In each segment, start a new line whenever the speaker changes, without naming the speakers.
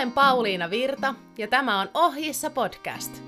olen Pauliina Virta ja tämä on Ohjissa podcast.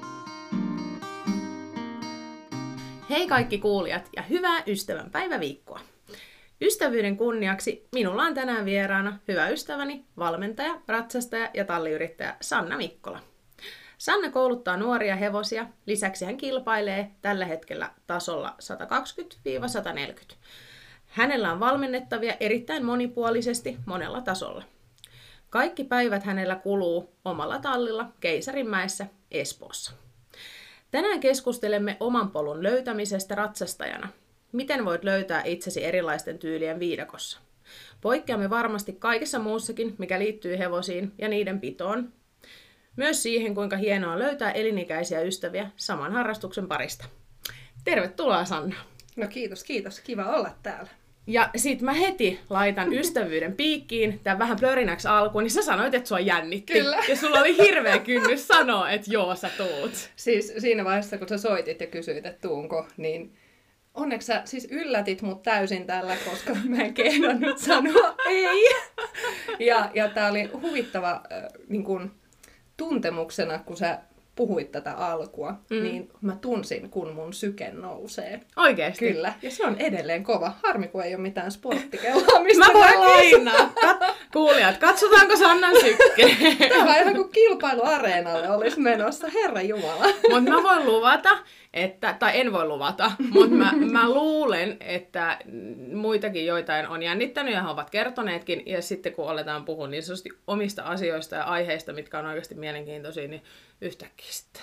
Hei kaikki kuulijat ja hyvää ystävänpäiväviikkoa. Ystävyyden kunniaksi minulla on tänään vieraana hyvä ystäväni, valmentaja, ratsastaja ja talliyrittäjä Sanna Mikkola. Sanna kouluttaa nuoria hevosia, lisäksi hän kilpailee tällä hetkellä tasolla 120-140. Hänellä on valmennettavia erittäin monipuolisesti monella tasolla. Kaikki päivät hänellä kuluu omalla tallilla Keisarinmäessä Espoossa. Tänään keskustelemme oman polun löytämisestä ratsastajana. Miten voit löytää itsesi erilaisten tyylien viidakossa? Poikkeamme varmasti kaikessa muussakin, mikä liittyy hevosiin ja niiden pitoon. Myös siihen, kuinka hienoa löytää elinikäisiä ystäviä saman harrastuksen parista. Tervetuloa, Sanna.
No kiitos. Kiva olla täällä.
Ja sit mä heti laitan ystävyyden piikkiin, tämän vähän plörinäksi alkuun, niin sä sanoit, että sua jännitti.
Kyllä.
Ja sulla oli hirveä kynnys sanoa, että joo, sä tuut.
Siis siinä vaiheessa, kun sä soitit ja kysyit, että tuunko, niin onneksi sä siis yllätit mut täysin tällä, koska mä en kehdannut sanoa ei. Ja tää oli huvittava niin kun, tuntemuksena, kun sä puhuit tätä alkua, niin mä tunsin, kun mun syke nousee.
Oikeesti?
Kyllä. Ja se on edelleen kova. Harmi, kun ei ole mitään sporttikelloa, mistä
mä voin lainaa. Kuulijat, katsotaanko Sannan sykke?
Tämä on ihan kuin kilpailuareenalle olisi menossa, Herra Jumala.
Mutta mä voin luvata, tai en voi luvata, mutta mä luulen, että muitakin joitain on jännittänyt ja he ovat kertoneetkin. Ja sitten kun aletaan puhua niin sanotusti omista asioista ja aiheista, mitkä on oikeasti mielenkiintoisia, niin yhtäkkiä sitten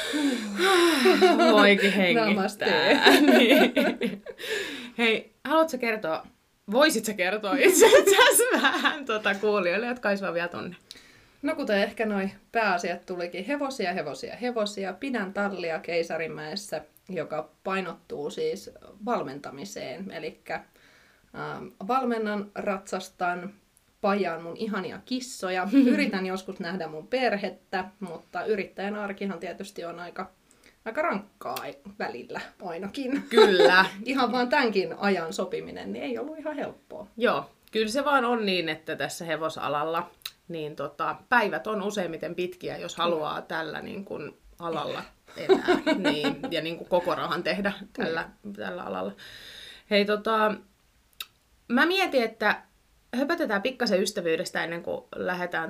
voikin hengittää. Niin. Hei, haluatko kertoa, voisitko kertoa itsestäsi vähän kuulijoille, jotka olisivat vielä tunne?
No kuten ehkä noi pääasiat tulikin, hevosia. Pidän tallia Keisarinmäessä, joka painottuu siis valmentamiseen. Eli valmennan, ratsastan, pajaan mun ihania kissoja. Yritän joskus nähdä mun perhettä, mutta yrittäjän arkihan tietysti on aika rankkaa välillä ainakin.
Kyllä.
Ihan vaan tämänkin ajan sopiminen niin ei ollut ihan helppoa.
Joo, kyllä se vaan on niin, että tässä hevosalalla niin päivät on useimmiten pitkiä, jos haluaa tällä niin kuin alalla elää niin, ja niin kuin koko rahan tehdä tällä alalla. Hei, mä mietin, että höpötetään pikkasen ystävyydestä ennen kuin lähdetään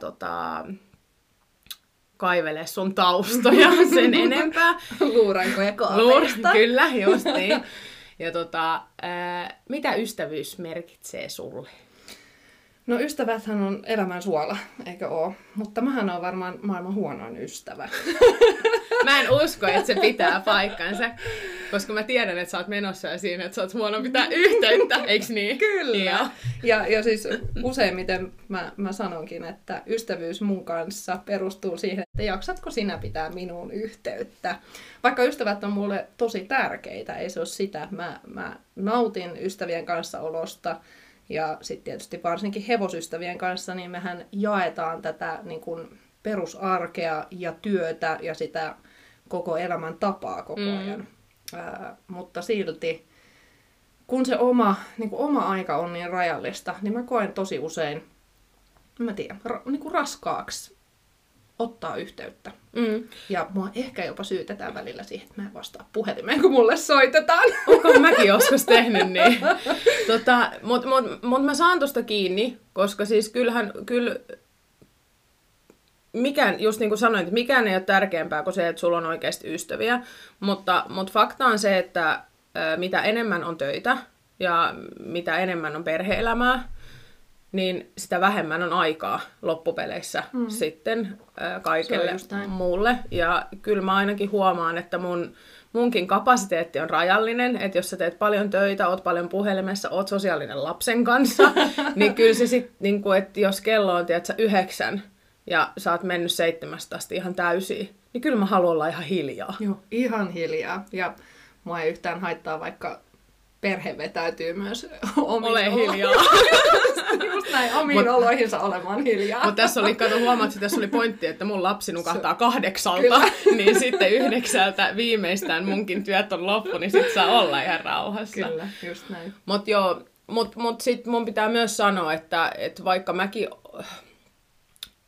kaivele sun taustoja sen enempää.
Luurankoja kaapeista.
Kyllä, just niin. Ja mitä ystävyys merkitsee sulle?
No ystäväthän on elämän suola, eikö oo? Mutta mähän on varmaan maailman huonoin ystävä.
Mä en usko, että se pitää paikkansa, koska mä tiedän, että sä oot menossa ja siinä, että sä oot huono pitää yhteyttä, eiks niin?
Kyllä. Ja siis useimmiten mä sanonkin, että ystävyys mun kanssa perustuu siihen, että jaksatko sinä pitää minuun yhteyttä. Vaikka ystävät on mulle tosi tärkeitä, ei se ole sitä. Mä nautin ystävien kanssa olosta. Ja sitten tietysti varsinkin hevosystävien kanssa, niin mehän jaetaan tätä niin kuin perusarkea ja työtä ja sitä koko elämän tapaa koko ajan. Mutta silti, kun se oma aika on niin rajallista, niin mä koen tosi usein, niin kuin raskaaksi ottaa yhteyttä. Ja mua ehkä jopa syytetään välillä siihen, että mä en vastaa puhelimeen, kun mulle soitetaan.
Onko mäkin joskus tehnyt niin? Mutta mä saan tosta kiinni, koska siis just niin kuin sanoin, että mikään ei ole tärkeämpää kuin se, että sulla on oikeasti ystäviä. Mutta fakta on se, että mitä enemmän on töitä ja mitä enemmän on perhe-elämää, niin sitä vähemmän on aikaa loppupeleissä sitten kaikelle muulle. Ja kyllä mä ainakin huomaan, että munkin kapasiteetti on rajallinen, että jos sä teet paljon töitä, oot paljon puhelimessa, oot sosiaalinen lapsen kanssa, niin kyllä se sitten, niin että jos kello on 9 ja sä oot mennyt 7 asti ihan täysiin, niin kyllä mä haluan olla ihan hiljaa.
Joo, ihan hiljaa. Ja mua ei yhtään haittaa, vaikka perhe vetäytyy myös
Ole hiljaa.
Just näin, omiin oloihinsa olemaan hiljaa.
Mutta huomaat, että tässä oli pointti, että mun lapsi nukahtaa 8, niin sitten 9 viimeistään munkin työt on loppu, niin sit saa olla ihan rauhassa.
Kyllä, just näin.
Mutta sit mun pitää myös sanoa, että vaikka mäkin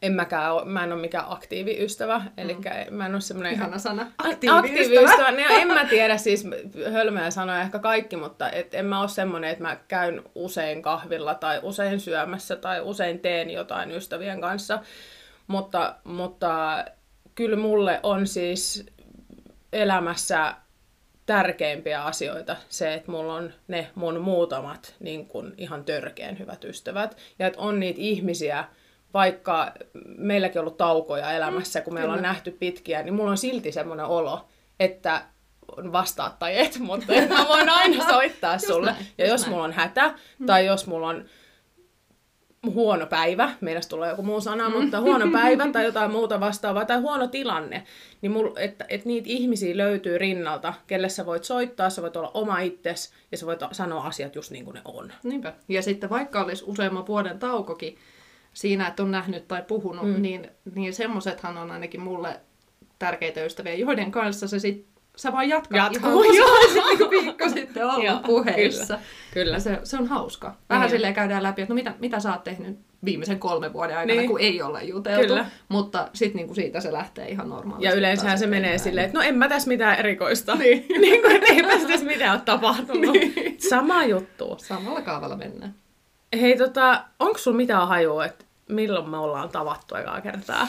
Mä en ole mikään aktiiviystävä, eli mä en ole semmoinen...
Ihana sana.
Aktiiviystävä. En mä tiedä, siis hölmöjä sanoja ehkä kaikki, mutta en mä ole semmoinen, että mä käyn usein kahvilla tai usein syömässä tai usein teen jotain ystävien kanssa. Mutta kyllä mulle on siis elämässä tärkeimpiä asioita se, että mulla on ne mun muutamat niin kun ihan törkeän hyvät ystävät. Ja että on niitä ihmisiä, vaikka meilläkin on ollut taukoja elämässä, kun me ollaan nähty pitkiä, niin mulla on silti semmoinen olo, että vastaat tai et, mutta mä voin aina soittaa sulle.
Näin,
ja jos mulla on hätä, tai jos mulla on huono päivä, meidän tulee joku muu sana, mutta huono päivä tai jotain muuta vastaavaa, tai huono tilanne, niin että niitä ihmisiä löytyy rinnalta, kelle sä voit soittaa, sä voit olla oma itsesi, ja sä voit sanoa asiat just niin kuin ne on.
Niinpä. Ja sitten vaikka olisi useamman vuoden taukokin siinä, että on nähnyt tai puhunut, niin semmoisethan on ainakin mulle tärkeitä ystäviä, joiden kanssa sä vaan jatkat ihan niin kuin viikko sitten ollut puheissa.
Kyllä.
Se on hauska. Vähän silleen käydään läpi, että no mitä sä oot tehnyt viimeisen 3 vuoden aikana, kun ei olla juteltu. Kyllä. Mutta sitten niinku siitä se lähtee ihan normaalisti.
Ja yleensähän se menee silleen, että no en mä tässä mitään erikoista. Niin kuin, että eipä tässä mitään ole tapahtunut. Sama juttu.
Samalla kaavalla mennään.
Hei, onko sulla mitään hajua, että milloin me ollaan tavattu ekaa kertaa?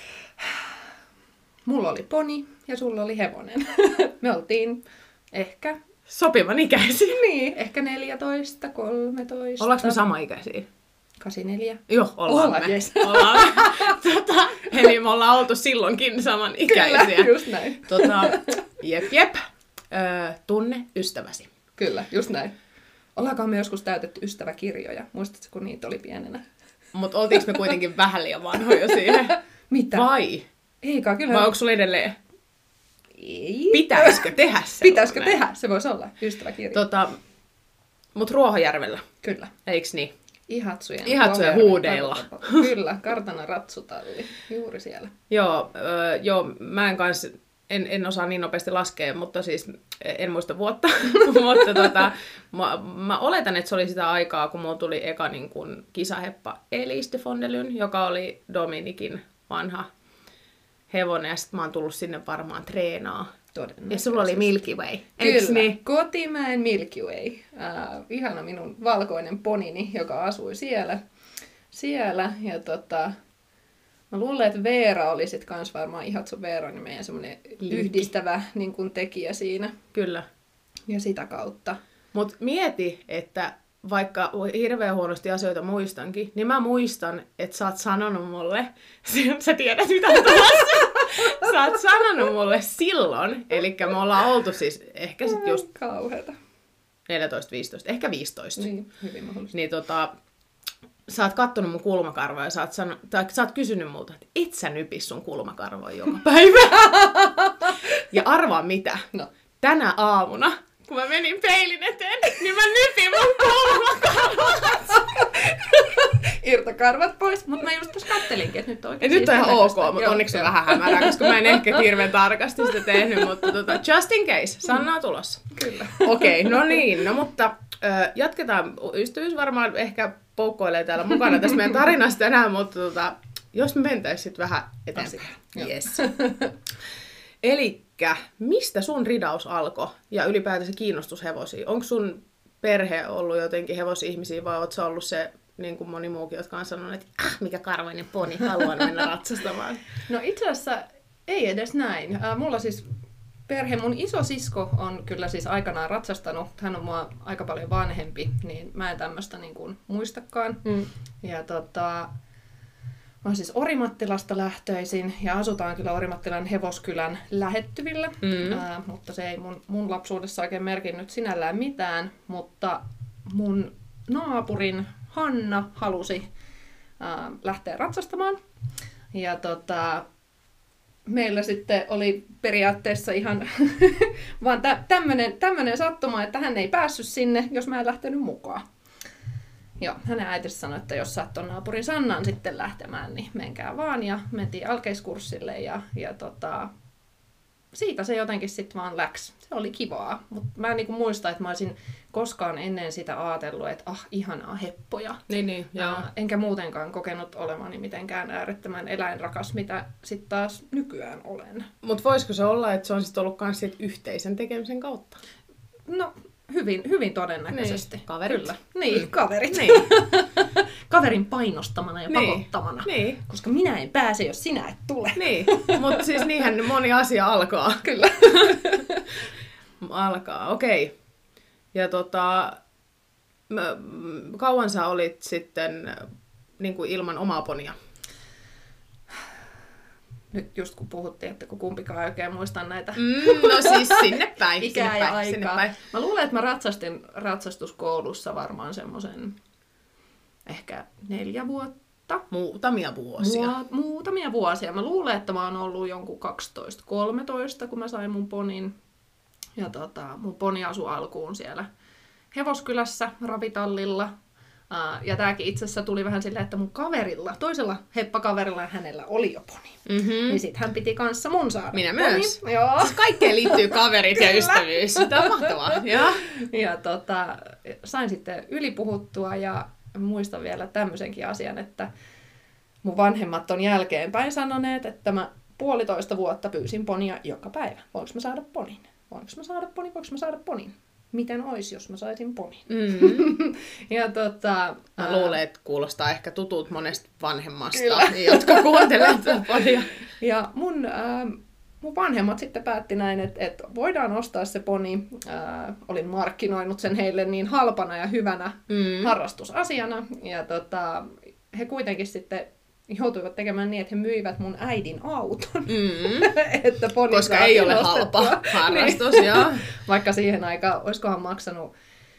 Mulla oli poni ja sulla oli hevonen. Me oltiin ehkä...
Sopivan ikäisiä.
Niin, ehkä 14, 13.
Ollaanko me samaikäisiä?
84.
Joo, ollaan me. Yes. Ollaan. Eli me ollaan oltu silloinkin samanikäisiä.
Kyllä, just näin.
Jep. Tunne ystäväsi.
Kyllä, just näin. Ollaankohan me joskus täytetty ystäväkirjoja? Muistatko, kun niitä oli pienenä?
Mutta oltiinko me kuitenkin vähän liian vanhoja siihen?
Mitä?
Vai?
Eikä, kyllä.
Vai onko sulla edelleen?
Ei.
Pitäisikö tehdä se?
Pitäisikö tehdä? Se voisi olla ystäväkirja.
Mut Ruohojärvellä.
Kyllä.
Eiks niin?
Ihatsujen
huudeilla.
Kyllä, kartano ratsutalli. Juuri siellä.
Joo, mä en osaa niin nopeasti laskea, mutta siis en muista vuotta. Mutta mä oletan, että se oli sitä aikaa, kun mulla tuli eka niin kun kisaheppa Elise de Fondelyn, joka oli Dominikin vanha hevonen, ja sit mä oon tullut sinne varmaan treenaa. Ja sulla oli Milky Way.
Kyllä, niin? Kotimäen Milky Way. Ihana minun valkoinen ponini, joka asui siellä. Ja mä luulen, että Veera oli sit kans varmaan Ihatsu Veera, niin meidän semmoinen yhdistävä niin kun tekijä siinä.
Kyllä.
Ja sitä kautta.
Mut mieti, että vaikka hirveän huonosti asioita muistankin, niin mä muistan, että sä oot sanonut mulle, sä tiedät mitä on tulossa, sä oot sanonut mulle silloin, eli me ollaan oltu siis ehkä sit just
kauheeta.
14, 15, ehkä 15.
Niin, hyvin mahdollista.
Niin sä oot kattonut mun kulmakarvoja ja sä oot kysynyt multa, että et sä nypis sun kulmakarvoja joka päivä. Ja arvaa mitä?
No.
Tänä aamuna, kun mä menin peilin eteen, niin mä nypin mun kulmakarvat.
Irtokarvat pois, mutta mä just tuossa kattelinkin, että nyt oikein.
Nyt on ihan ok, mutta onneksi on vähän hämärää, koska mä en ehkä hirveän tarkasti sitä tehnyt, mutta just in case, Sanna on tulossa.
Kyllä.
Okei, no niin, no mutta jatketaan. Ystävyys varmaan ehkä poukkoilee täällä mukana tässä meidän tarinassa tänään, mutta jos me mentäisiin sitten vähän eteenpäin. Yes. Elikkä, mistä sun ridaus alkoi ja ylipäätänsä kiinnostus hevosiin? Onko sun perhe ollut jotenkin hevosihmisiä vai ootko sä ollut se, niin kuin moni muukin, jotka on sanonut, että mikä karvainen poni, haluan mennä ratsastamaan?
No itse asiassa ei edes näin. Mulla siis mun isosisko on kyllä siis aikanaan ratsastanut. Hän on mua aika paljon vanhempi, niin mä en tämmöistä niin kuin muistakaan. Ja mä oon siis Orimattilasta lähtöisin ja asutaan kyllä Orimattilan Hevoskylän lähettyvillä, mutta se ei mun lapsuudessa oikein merkinnyt sinällään mitään, mutta mun naapurin Hanna halusi lähteä ratsastamaan ja meillä sitten oli periaatteessa ihan vaan tämmöinen sattuma, että hän ei päässyt sinne, jos mä en lähtenyt mukaan. Joo, hänen äitinsä sanoi, että jos saat ton naapurin Sannan sitten lähtemään, niin menkää vaan. Ja mentiin alkeiskurssille ja siitä se jotenkin sitten vaan läks. Se oli kivaa, mutta mä en niinku muista, että mä olisin koskaan ennen sitä ajatellut, että ihanaa heppoja.
Niin, joo.
Enkä muutenkaan kokenut olevani mitenkään äärettömän eläinrakas, mitä sitten taas nykyään olen.
Mutta voisiko se olla, että se on sitten ollut myös yhteisen tekemisen kautta?
No, hyvin todennäköisesti.
Niin, kaverit.
Kyllä. Niin, kaverit.
Niin.
Kaverin painostamana ja pakottamana.
Niin.
Koska minä en pääse, jos sinä et tule.
Niin, mutta siis niinhän moni asia alkaa.
Kyllä.
Alkaa, okei. Ja kauan sä olit sitten niin kuin ilman omaa ponia?
Nyt just kun puhuttiin, että kun kumpikaan oikein muistan näitä
No siis sinne päin.
ikää ja aikaa.
Sinne päin.
Mä luulen, että mä ratsastin ratsastuskoulussa varmaan semmoisen ehkä 4 vuotta.
Muutamia vuosia.
Muutamia vuosia. Mä luulen, että mä oon ollut jonkun 12-13, kun mä sain mun ponin. Ja mun poni asui alkuun siellä Hevoskylässä, ravitallilla. Ja tääkin itse asiassa tuli vähän silleen, että mun kaverilla, toisella heppakaverilla hänellä oli jo poni.
Mm-hmm.
Niin sit hän piti kanssa mun saada
Minä
poni.
myös.
Joo.
Siis kaikkeen liittyy kaverit ja ystävyys. Tämä on mahtavaa.
Ja sain sitten ylipuhuttua ja muistan vielä tämmöisenkin asian, että mun vanhemmat on jälkeenpäin sanoneet, että mä 1,5 vuotta pyysin ponia joka päivä. Voinko mä saada ponin? Voinko mä saada ponin? Voinko mä saada ponin? Miten ois, jos mä saisin ponin?
Mm-hmm.
Ja
mä luulen, että kuulostaa ehkä tutut monesta vanhemmasta,
Kyllä.
jotka kuuntelevat tätä ponia.
Ja mun vanhemmat sitten päätti näin, että voidaan ostaa se poni. Olin markkinoinut sen heille niin halpana ja hyvänä harrastusasiana. Ja he kuitenkin sitten joutuivat tekemään niin, että he myivät mun äidin auton. Että poni
koska ei ole halpa harrastus, joo.
Vaikka siihen aikaan, olisikohan maksanut,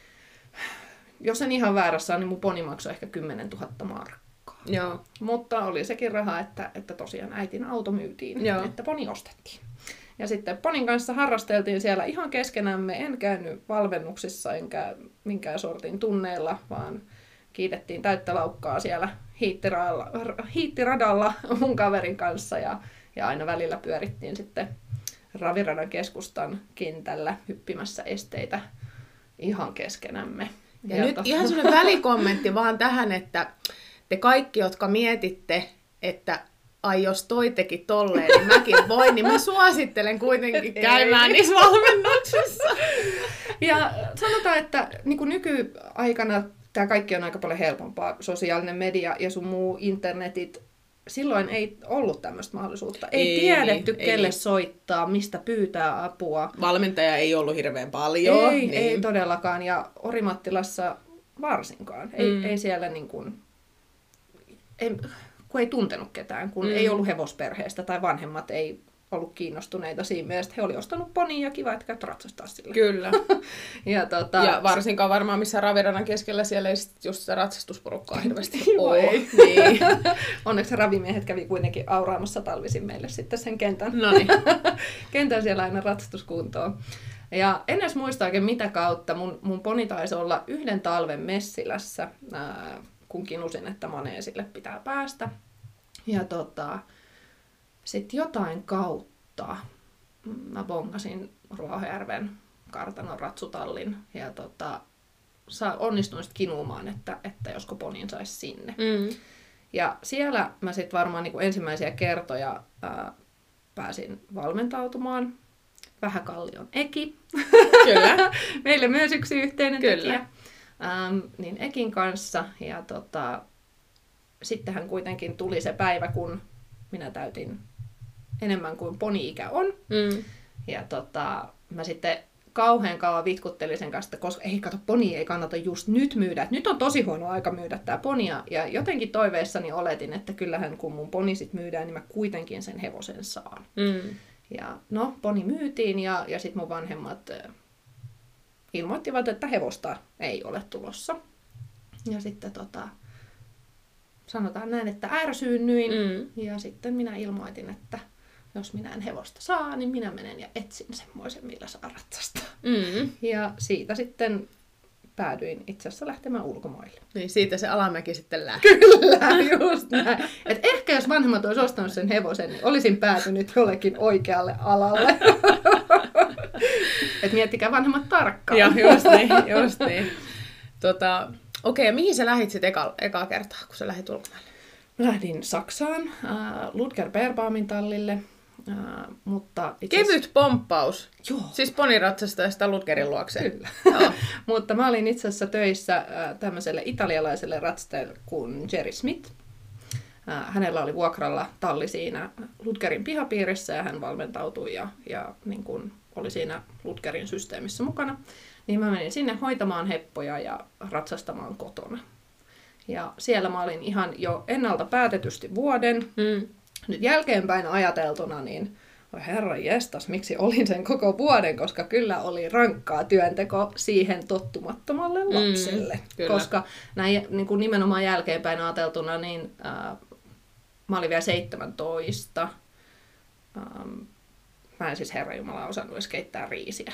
jos en ihan väärässä on, niin mun poni maksoi ehkä 10 000 markkaa.
Joo.
Mutta oli sekin raha, että tosiaan äitin auto myytiin, että poni ostettiin. Ja sitten ponin kanssa harrasteltiin siellä ihan keskenämme. En käynyt valmennuksissa enkä minkään sortin tunneilla, vaan kiitettiin täyttä laukkaa siellä hiittiradalla mun kaverin kanssa. Ja aina välillä pyörittiin sitten Raviradan keskustan kentällä hyppimässä esteitä ihan keskenämme.
Ja nyt ihan sellainen välikommentti vaan tähän, että te kaikki, jotka mietitte, että ai jos toi teki tolleen, niin mäkin voin, niin mä suosittelen kuitenkin käymään niissä valmennuksissa.
Ja sanotaan, että niin kuin nykyaikana tämä kaikki on aika paljon helpompaa. Sosiaalinen media ja sun muu internetit. Silloin ei ollut tämmöistä mahdollisuutta. Ei tiedetty, kelle soittaa, mistä pyytää apua.
Valmentaja ei ollut hirveän paljon.
Ei todellakaan. Ja Orimattilassa varsinkaan. Ei siellä niin kuin, kun ei tuntenut ketään, kun ei ollut hevosperheestä tai vanhemmat ei ollut kiinnostuneita siinä mielessä. He oli ostanut ponin ja kiva, että käyt ratsastaa sillä.
Kyllä.
ja
varsinkaan varmaan missä Raviradan keskellä siellä ei just sitä ratsastusporukkaa hirveästi
ole.
Niin.
Onneksi ravimiehet kävi kuitenkin auraamassa talvisin meille sitten sen kentän.
Noniin.
Kentän siellä aina ratsastuskuntoon. Ja en edes muista oikein mitä kautta. Mun poni taisi olla yhden talven Messilässä, kun kinusin, että maneesille pitää päästä. Ja sitten jotain kautta mä bongasin Ruohojärven kartanon ratsutallin ja onnistuin sitten kinumaan, että josko ponin saisi sinne. Ja siellä mä sitten varmaan niin kuin ensimmäisiä kertoja pääsin valmentautumaan. Vähäkallion Eki.
Kyllä.
Meille myös yksi yhteinen
Kyllä.
tekijä. Niin Ekin kanssa. Ja sittenhän kuitenkin tuli se päivä, kun minä täytin enemmän kuin poni-ikä on. Ja mä sitten kauhean kauan vitkuttelin sen kanssa, koska poni ei kannata just nyt myydä. Et nyt on tosi huono aika myydä tää ponia. Ja jotenkin toiveissani oletin, että kyllähän kun mun poni sit myydään, niin mä kuitenkin sen hevosen saan. Ja no, poni myytiin ja sitten mun vanhemmat ilmoittivat, että hevosta ei ole tulossa. Ja sitten sanotaan näin, että ärsyynnyin. Ja sitten minä ilmoitin, että jos minä en hevosta saa, niin minä menen ja etsin semmoisen, millä saa ratsastaa. Ja siitä sitten päädyin itse asiassa lähtemään ulkomaille.
Niin siitä se alamäki sitten lähti.
Kyllä, just näin. Et ehkä jos vanhemmat olisi ostanut sen hevosen, niin olisin päätynyt jollekin oikealle alalle. Et miettikää vanhemmat tarkkaan.
Joo, just niin. Okei, ja mihin sä lähdit sitten eka kertaa, kun sä lähdit ulkomaille?
Lähdin Saksaan, Ludger Beerbaumin tallille. Mutta
Kevyt pomppaus.
Joo.
Siis poniratsastajasta Ludgerin luokseen.
Kyllä. Mutta mä olin itse asiassa töissä tämmöiselle italialaiselle ratsastajalle kuin Jerry Smith. Hänellä oli vuokralla talli siinä Ludgerin pihapiirissä ja hän valmentautui ja niin kuin oli siinä Ludgerin systeemissä mukana. Niin mä menin sinne hoitamaan heppoja ja ratsastamaan kotona. Ja siellä mä olin ihan jo ennalta päätetysti vuoden. Nyt jälkeenpäin ajateltuna, niin herra jestas, miksi olin sen koko vuoden, koska kyllä oli rankkaa työnteko siihen tottumattomalle lapselle. Koska näin, niin kuin nimenomaan jälkeenpäin ajateltuna, niin mä olin vielä 17. Mä en siis herranjumala osannut edes keittää riisiä.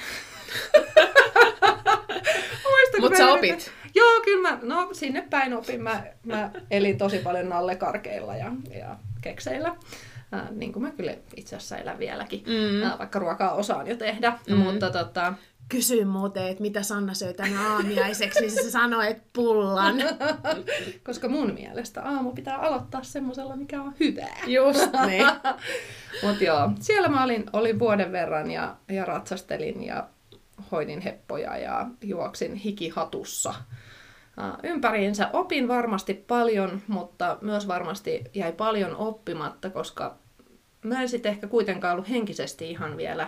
Mutta sä opit.
Joo, kyllä sinne päin opin. Mä elin tosi paljon nallekarkeilla ja kekseillä. Niin kuin mä kyllä itse asiassa elän vieläkin, vaikka ruokaa osaan jo tehdä. Mutta
Kysyin muuten, että mitä Sanna söi tänä aamiaiseksi, niin se sanoi, että pullan.
Koska mun mielestä aamu pitää aloittaa semmosella, mikä on hyvää.
Just niin.
Mutta joo, siellä mä olin vuoden verran ja ratsastelin ja hoidin heppoja ja juoksin hikihatussa ympäriinsä. Opin varmasti paljon, mutta myös varmasti jäi paljon oppimatta, koska mä en sitten ehkä kuitenkaan ollut henkisesti ihan vielä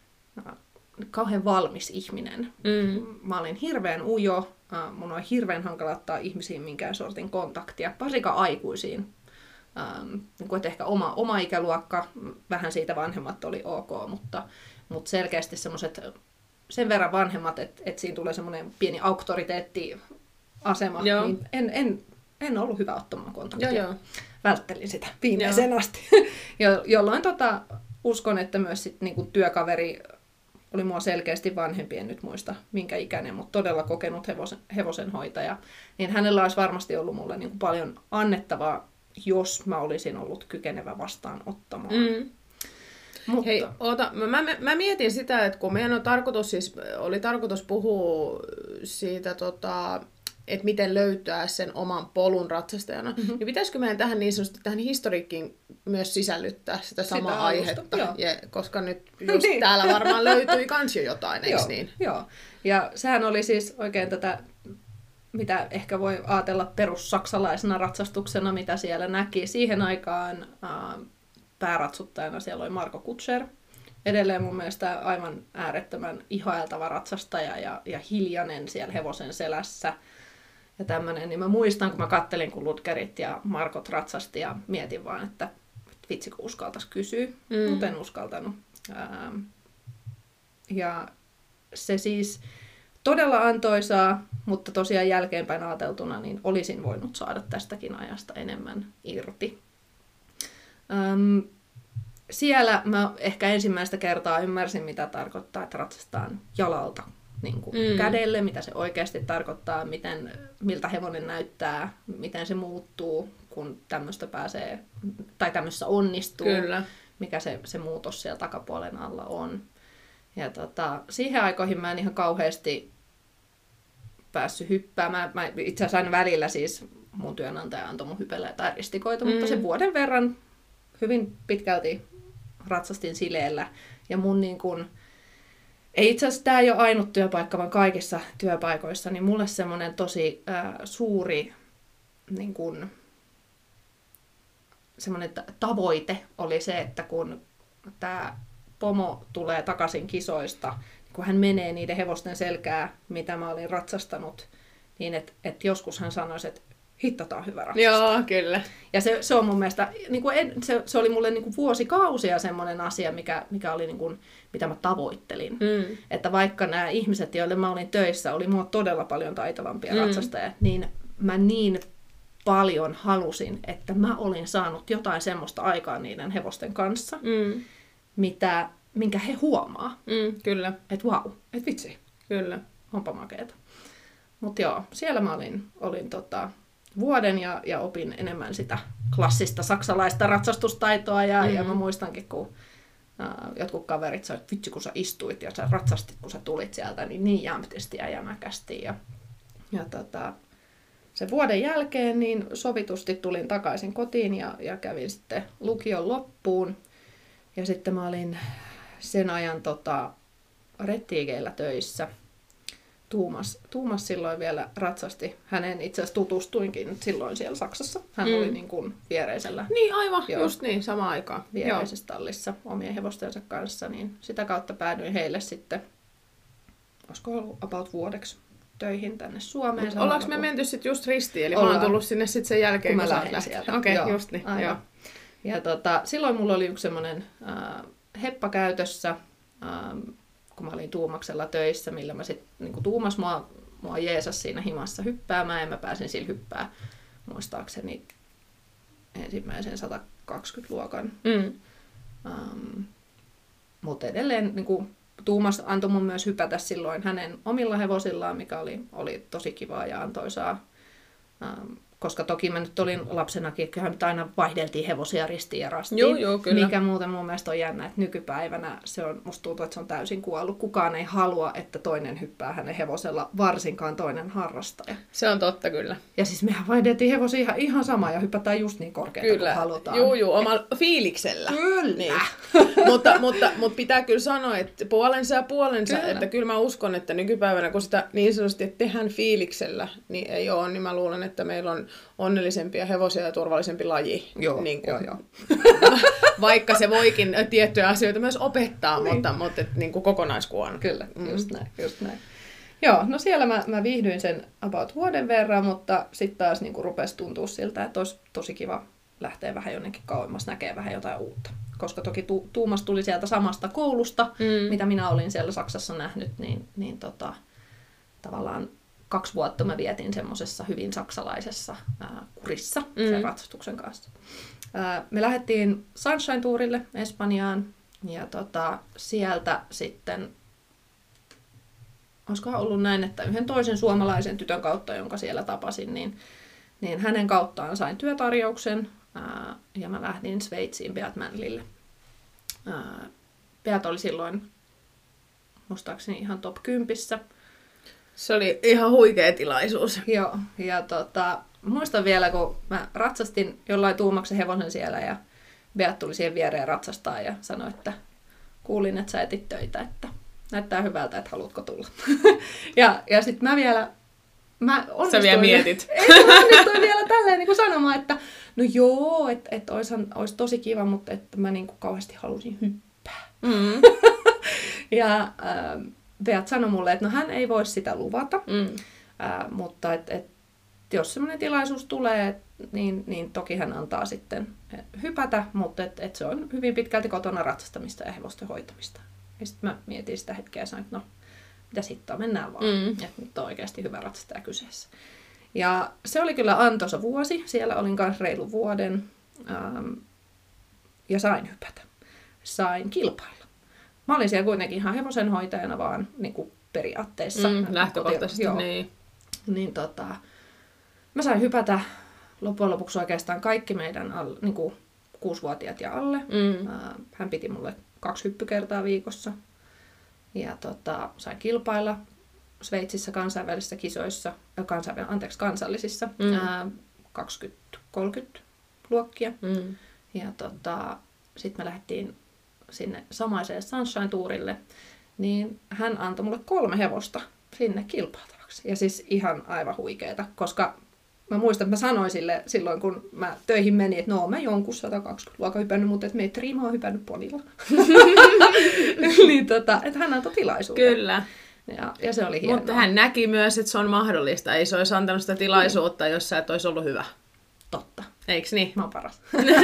kauhean valmis ihminen. Mä olin hirveän ujo, mun on hirveän hankala ottaa ihmisiin minkään sortin kontaktia, varsinkaan aikuisiin. Että ehkä oma ikäluokka, vähän siitä vanhemmat oli ok, mutta selkeästi semmoiset sen verran vanhemmat, että siinä tulee semmoinen pieni auktoriteettiasema, niin en ollut hyvä ottamaan kontaktia.
Joo.
Välttelin sitä viimeisen asti. Jolloin uskon, että myös sit, niin kuin työkaveri oli mua selkeästi vanhempi, en nyt muista minkä ikäinen, mutta todella kokenut hevosenhoitaja, niin hänellä olisi varmasti ollut mulle niin kuin paljon annettavaa, jos mä olisin ollut kykenevä vastaanottamaan. Mutta...
Hei, mä mietin sitä, että kun meidän oli tarkoitus puhua siitä, että miten löytää sen oman polun ratsastajana, niin pitäisikö meidän tähän niin sanotusti tähän historiikkiin myös sisällyttää sitä samaa aihetta? Koska nyt just täällä varmaan löytyi kans jo jotain, eikö niin?
Joo, ja sehän oli siis oikein tätä, mitä ehkä voi ajatella perussaksalaisena ratsastuksena, mitä siellä näki. Siihen aikaan pääratsuttajana siellä oli Marco Kutscher. Edelleen mun mielestä aivan äärettömän ihailtava ratsastaja ja hiljainen siellä hevosen selässä. Ja tämmönen, niin mä muistan, kun mä kattelin, kun Ludgerit ja Markot ratsasti ja mietin vaan, että vitsi, kun uskaltaisi kysyä. Mutta en uskaltanut. Ja se siis todella antoisaa, mutta tosiaan jälkeenpäin ajateltuna, niin olisin voinut saada tästäkin ajasta enemmän irti. Siellä mä ehkä ensimmäistä kertaa ymmärsin, mitä tarkoittaa, että ratsastaan jalalta niin kuin kädelle, mitä se oikeasti tarkoittaa, miltä hevonen näyttää, miten se muuttuu, kun tämmöistä pääsee, tai tämmöisessä onnistuu,
Kyllä.
mikä se muutos siellä takapuolen alla on. Ja siihen aikoihin mä en ihan kauheasti päässyt hyppäämään. Mä itse asiassa aina välillä siis mun työnantaja antoi mun hypellä jotain ristikoita, mutta sen vuoden verran hyvin pitkälti ratsastin sileellä. Ja mun niin kun, ei itse asiassa tämä ei ole ainut työpaikka, vaan kaikissa työpaikoissa, niin mulle semmoinen tosi suuri niin kun, semmoinen tavoite oli se, että kun tämä pomo tulee takaisin kisoista, kun hän menee niiden hevosten selkää, mitä mä olin ratsastanut, niin että joskus hän sanoisi, että hitto, tää on hyvä ratsastaa.
Joo, kyllä.
Ja se on mun mielestä, niin kuin se oli mulle niin kuin vuosikausia semmoinen asia, mikä oli niin kuin, mitä mä tavoittelin. Että vaikka nämä ihmiset, joille mä olin töissä, oli mua todella paljon taitavampia ratsastajia, niin mä niin paljon halusin, että mä olin saanut jotain semmoista aikaa niiden hevosten kanssa, minkä he huomaa.
Kyllä.
Että vau, että vitsi.
Kyllä.
Onpa makeeta. Mutta joo, siellä mä olin vuoden ja opin enemmän sitä klassista saksalaista ratsastustaitoa. Ja mä muistankin, kun jotkut kaverit sanoivat, että vitsi kun sä istuit ja sä ratsastit, kun sä tulit sieltä, niin jämptisti ja jämäkästi. Ja sen vuoden jälkeen niin sovitusti tulin takaisin kotiin ja kävin sitten lukion loppuun. Ja sitten mä sen ajan Rettigeillä töissä. Tuumas silloin vielä ratsasti. Hänen itse asiassa tutustuinkin silloin siellä Saksassa. Hän oli niin kuin viereisellä.
Niin aivan, just niin, sama aikaan.
Viereisessä tallissa omien hevostensa kanssa. Niin sitä kautta päädyin heille sitten, olisiko ollut about vuodeksi töihin tänne Suomeen.
Ollaanko me menty sitten just ristiin? Eli mä oon tullut sinne sitten sen jälkeen,
kun mä lähdin sieltä.
Okei, just niin. Joo.
Ja silloin mulla oli yksi semmoinen heppa käytössä, kun mä olin Tuumaksella töissä, millä mä sitten, niin Tuumas mua jeesas siinä himassa hyppäämään, ja mä pääsin sillä hyppää muistaakseni ensimmäisen 120-luokan. Mutta edelleen niin Tuumas antoi mun myös hypätä silloin hänen omilla hevosillaan, mikä oli tosi kivaa ja antoisaa. Koska toki mä nyt olin lapsenakin, että nyt aina vaihdeltiin hevosia ristiin ja rastiin.
Joo, kyllä.
Mikä muuten mun mielestä on jännä, että nykypäivänä musta tuntuu, että se on täysin kuollut. Kukaan ei halua, että toinen hyppää hänen hevosella, varsinkaan toinen harrastaja.
Se on totta kyllä.
Ja siis mehän vaihdeltiin hevosia ihan sama ja hypätään just niin korkeata kuin halutaan.
Joo, omalla fiiliksellä.
Kyllä.
Niin. mutta pitää kyllä sanoa, että puolensa ja puolensa, kyllä. Että kyllä mä uskon, että nykypäivänä, kun sitä niin sanotusti että tehdään fiiliksellä, niin ei ole, niin mä luulen, että meillä on onnellisempia hevosia ja turvallisempi laji.
Joo.
Vaikka se voikin tiettyjä asioita myös opettaa, mutta niin kuin kokonaiskuvan.
Kyllä, just näin. Joo, no siellä mä viihdyin sen about vuoden verran, mutta sitten taas niin kuin rupesi tuntua siltä, että olisi tosi kiva lähteä vähän jonnekin kauemmas, näkee vähän jotain uutta. Koska toki Tuumas tuli sieltä samasta koulusta, mitä minä olin siellä Saksassa nähnyt, niin tavallaan 2 vuotta mä vietin semmoisessa hyvin saksalaisessa kurissa sen ratsastuksen kanssa. Me lähdettiin Sunshine-tuurille Espanjaan ja sieltä sitten, olisikohan ollut näin, että yhden toisen suomalaisen tytön kautta, jonka siellä tapasin, niin hänen kauttaan sain työtarjouksen ja mä lähdin Sveitsiin Beat Männlille. Beat oli silloin muistaakseni ihan top 10.
Se oli ihan huikea tilaisuus.
Joo, ja muistan vielä, kun mä ratsastin jollain Tuumaksen hevosen siellä ja Beat tuli siihen viereen ratsastaa ja sanoi, että kuulin, että sä etit töitä, että näyttää hyvältä, että haluatko tulla. ja sitten mä vielä
sä vielä mietit.
Mä onnistuin vielä tälleen niin kuin sanomaan, että no joo, että olisi tosi kiva, mutta että mä niin kuin kauheasti halusin hyppää. Ja Beat sanoi mulle, että no hän ei voi sitä luvata, mutta että jos semmoinen tilaisuus tulee, niin toki hän antaa sitten hypätä, mutta että se on hyvin pitkälti kotona ratsastamista ja hevosten hoitamista. Ja sitten mä mietin sitä hetkeä ja sanoin, että no, mitä sitten mennään vaan, että nyt on oikeasti hyvä ratsastaja kyseessä. Ja se oli kyllä antoisa vuosi, siellä olin kanssa reilu vuoden ja sain hypätä, sain kilpailla. Mä olin siellä kuitenkin ihan hevosenhoitajana vaan niin kuin periaatteessa.
Lähtökohtaisesti, niin.
Niin mä sain hypätä loppujen lopuksi oikeastaan kaikki meidän niin kuin 6-vuotiaat ja alle. Hän piti mulle 2 hyppykertaa viikossa. Ja sain kilpailla Sveitsissä kansainvälisissä kisoissa, kansallisissa 20-30 luokkia. Ja sitten me lähdettiin sinne samaiseen Sunshine-tuurille, niin hän antoi mulle 3 hevosta sinne kilpailtavaksi. Ja siis ihan aivan huikeeta, koska mä muistan, että mä sanoin sille silloin, kun mä töihin menin, että no mä jonkun 120-luokan hypännyt, mutta että metriä mä oon hypännyt ponilla. Niin että hän antoi tilaisuuden.
Kyllä.
Ja se oli hienoa.
Mutta hän näki myös, että se on mahdollista. Ei se olisi antanut sitä tilaisuutta, jos sä et olisi ollut hyvä.
Totta.
Eiks niin?
Mä oon paras.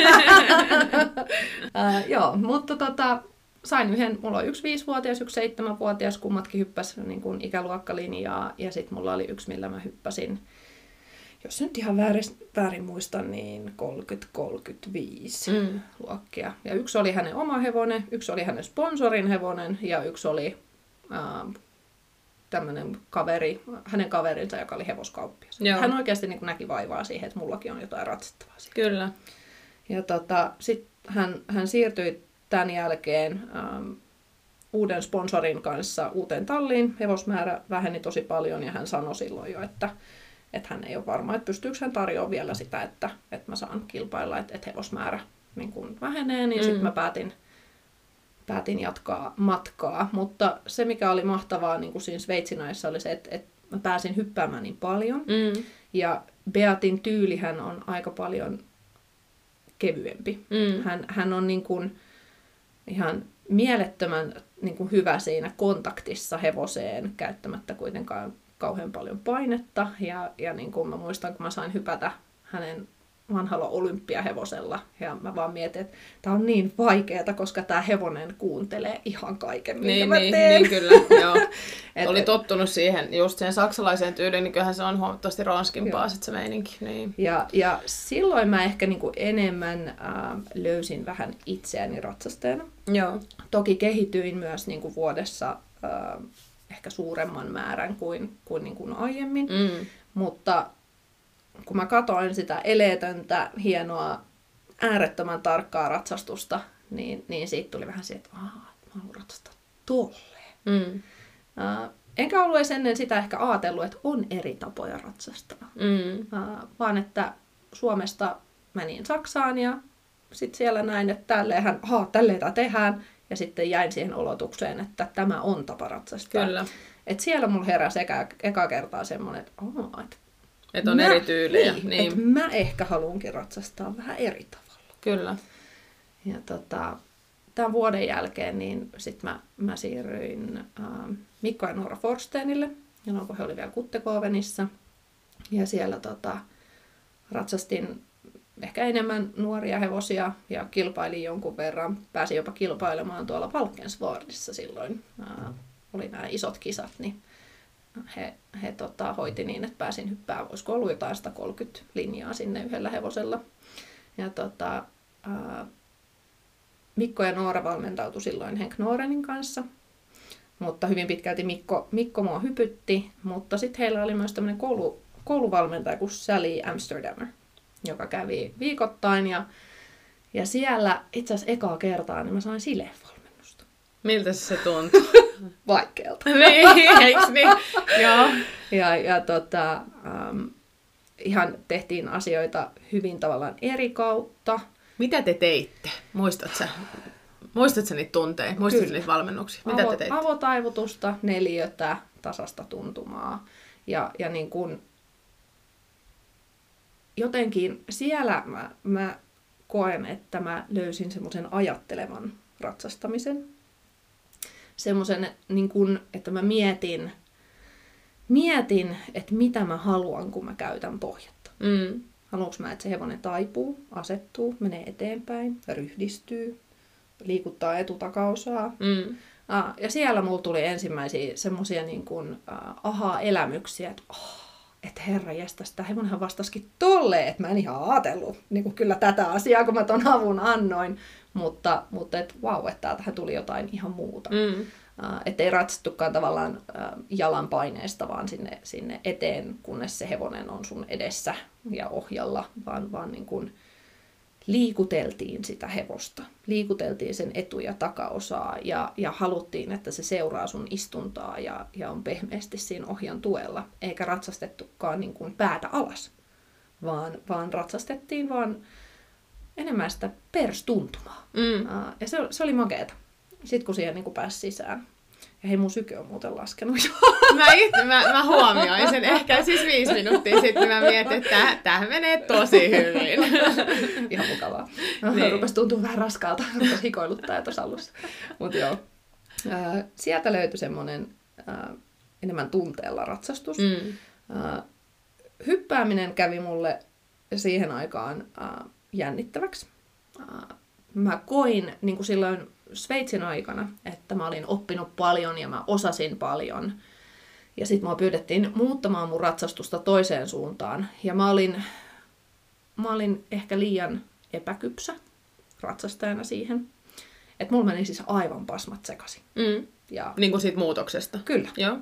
Joo, mutta sain yhden, mulla on yksi 5-vuotias, yksi 7-vuotias, kummatkin hyppäsi niin kuin ikäluokkalinjaa, ja sitten mulla oli yksi, millä mä hyppäsin, jos nyt ihan väärin muistan, niin 30-35 luokkia. Ja yksi oli hänen oma hevonen, yksi oli hänen sponsorin hevonen, ja yksi oli tämmöinen kaveri, hänen kaverinsa, joka oli hevoskauppias. Hän oikeasti niin kuin näki vaivaa siihen, että mullakin on jotain ratsastavaa siihen.
Kyllä.
Ja sitten hän siirtyi tämän jälkeen uuden sponsorin kanssa uuteen talliin. Hevosmäärä väheni tosi paljon ja hän sanoi silloin jo, että hän ei ole varma, että pystyykö hän tarjoamaan vielä sitä, että mä saan kilpailla, että hevosmäärä niin kun vähenee, niin sitten mä päätin jatkaa matkaa. Mutta se, mikä oli mahtavaa niin kuin siinä Sveitsinässä, oli se, että mä pääsin hyppäämään niin paljon. Ja Beatin tyylihän on aika paljon kevyempi. Hän on niin kuin ihan mielettömän niin kuin hyvä siinä kontaktissa hevoseen, käyttämättä kuitenkaan kauhean paljon painetta. Ja niin kuin mä muistan, kun mä sain hypätä hänen vanhalla olympiahevosella. Ja mä vaan mietin, että tää on niin vaikeeta, koska tää hevonen kuuntelee ihan kaiken, mitä mä teen.
Niin kyllä, joo. Oli tottunut siihen, just siihen saksalaiseen tyyliin, niin kyllähän se on huomattavasti ronskimpaa sit se meininki. Niin.
Ja silloin mä ehkä niinku enemmän löysin vähän itseäni ratsastajana.
Joo.
Toki kehityin myös niinku vuodessa ehkä suuremman määrän kuin niinku aiemmin, mutta kun mä katoin sitä eleetöntä, hienoa, äärettömän tarkkaa ratsastusta, niin siitä tuli vähän se, että mä haluan ratsastaa tolleen. Enkä ollut edes ennen sitä ehkä ajatellut, että on eri tapoja ratsastaa. Vaan että Suomesta menin Saksaan ja sitten siellä näin, että tälleen tämä tehdään. Ja sitten jäin siihen olotukseen, että tämä on tapa ratsastaa.
Kyllä.
Et siellä mulla heräsi eka kertaa semmoinen,
että on eri tyylejä.
Niin. Että mä ehkä haluankin ratsastaa vähän eri tavalla.
Kyllä.
Ja tämän vuoden jälkeen niin sit mä siirryin Mikko ja Noora Forstenille, jolloin kun he oli vielä Kuttekovenissa. Ja siellä ratsastin ehkä enemmän nuoria hevosia ja kilpailin jonkun verran. Pääsin jopa kilpailemaan tuolla Valkenswaardissa silloin. Oli nämä isot kisat, niin he hoiti niin, että pääsin hyppäämään. Olisiko ollut jotain 130 linjaa sinne yhdellä hevosella. Ja Mikko ja Noora valmentautui silloin Henk Norenin kanssa. Mutta hyvin pitkälti Mikko mua hypytti. Mutta sitten heillä oli myös tämmöinen kouluvalmentaja kuin Sally Amsterdamer, joka kävi viikoittain. Ja siellä itse asiassa ekaa kertaa niin mä sain silevalmennusta.
Miltä se tuntui?
Vaikealta.
Niin, eiks niin? Joo.
Ja ihan tehtiin asioita hyvin tavallaan eri kautta.
Mitä te teitte? Muistatko niitä tunteja? Muistatko niitä valmennuksia? Mitä te teitte?
Avotaivutusta, neliötä, tasasta tuntumaa. Ja niin kun, jotenkin siellä mä koen, että mä löysin semmoisen ajattelevan ratsastamisen. Semmoisen, niin kun, että mä mietin, että mitä mä haluan, kun mä käytän pohjatta. Haluanko mä, että se hevonen taipuu, asettuu, menee eteenpäin, ryhdistyy, liikuttaa etutakaosaa. Ja siellä mulla tuli ensimmäisiä semmosia niin kuin aha-elämyksiä, että herranjestas, tämä hevonenhan vastasikin tolleen, että mä en ihan ajatellut niin kuin kyllä tätä asiaa, kun mä ton avun annoin. Mutta että vau, että täältähän tuli jotain ihan muuta. Että ei ratsastukaan tavallaan jalan paineesta vaan sinne eteen, kunnes se hevonen on sun edessä ja ohjalla, vaan niin kuin liikuteltiin sitä hevosta. Liikuteltiin sen etu- ja takaosaa ja haluttiin, että se seuraa sun istuntaa ja on pehmeästi siinä ohjan tuella. Eikä ratsastettukaan niin kuin päätä alas, vaan ratsastettiin vaan enemmän sitä perstuntumaa. Ja se oli makeeta. Sitten kun siihen niin pääsi sisään. Ja hei, mun syke on muuten laskenut.
Mä huomioin sen ehkä siis 5 minuuttia sitten. Mä mietin, että tämähän menee tosi hyvin.
Ihan mukavaa. Niin. Rupesi tuntua vähän raskaalta. Rupesi hikoiluttaa tuossa alussa. Mutta joo. Sieltä löytyi semmoinen enemmän tunteella ratsastus. Hyppääminen kävi mulle siihen aikaan jännittäväksi. Mä koin niin kuin silloin Sveitsin aikana, että mä olin oppinut paljon ja mä osasin paljon. Ja sit mua pyydettiin muuttamaan mun ratsastusta toiseen suuntaan. Ja mä olin ehkä liian epäkypsä ratsastajana siihen. Että mulla meni siis aivan pasmat sekaisin.
Ja niin kuin siitä muutoksesta.
Kyllä.
Joo.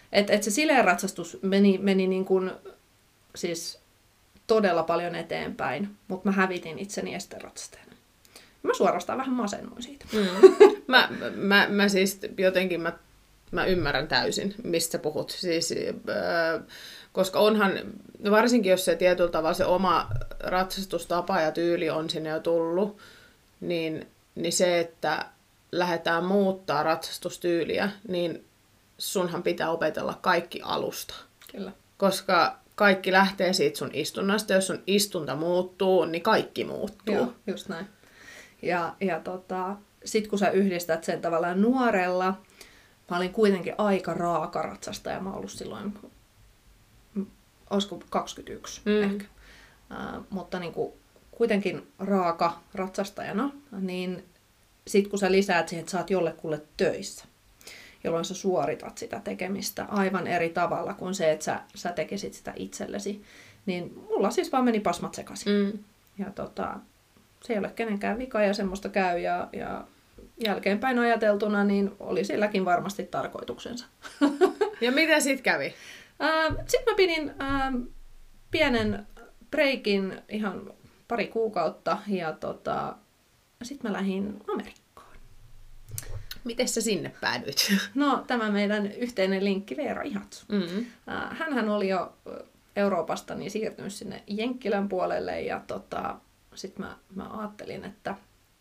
Et se sileä ratsastus meni niin kuin, siis todella paljon eteenpäin, mutta mä hävitin itseni esteratsastajana. Mä suorastaan vähän masennuin siitä.
Mä siis jotenkin mä ymmärrän täysin, mistä sä puhut. Siis, koska onhan, varsinkin jos se tietyllä tavalla se oma ratsastustapa ja tyyli on sinne jo tullut, niin se, että lähdetään muuttaa ratsastustyyliä, niin sunhan pitää opetella kaikki alusta.
Kyllä.
Koska kaikki lähtee siitä sun istunnasta. Jos sun istunta muuttuu, niin kaikki muuttuu.
Joo, just näin. Ja sit kun sä yhdistät sen tavallaan nuorella, mä olin kuitenkin aika raaka ratsastaja. Mä oon ollut silloin, olisiko 21 ehkä. Mutta niin kuin kuitenkin raaka ratsastajana, niin sit kun sä lisäät siihen, että sä oot jollekulle töissä, jolloin sä suoritat sitä tekemistä aivan eri tavalla kuin se, että sä tekisit sitä itsellesi, niin mulla siis vaan meni pasmat sekaisin. Ja se ei ole kenenkään vika ja semmoista käy ja jälkeenpäin ajateltuna, niin oli silläkin varmasti tarkoituksensa.
Ja mitä sit kävi?
Sitten mä pidin pienen breikin ihan pari kuukautta ja sitten mä lähdin Amerikkaan.
Miten sä sinne päädyit?
No, tämä meidän yhteinen linkki Veera Ihatsu. Hänhän oli jo Euroopasta niin siirtynyt sinne Jenkkilän puolelle ja sitten mä ajattelin, että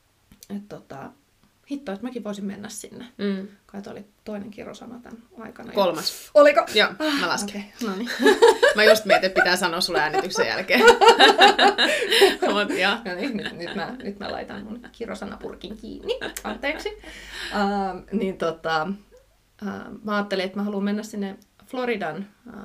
hitto, että mäkin voisin mennä sinne. Kai oli toinen kirosana tämän aikana.
3.
Oliko?
Joo, mä lasken.
Okay, no niin.
Mä just mietin, että pitää sanoa sulle äänityksen jälkeen.
No niin, nyt mä laitan mun kirosanapurkin kiinni. Anteeksi. Mä ajattelin, että mä haluan mennä sinne Floridan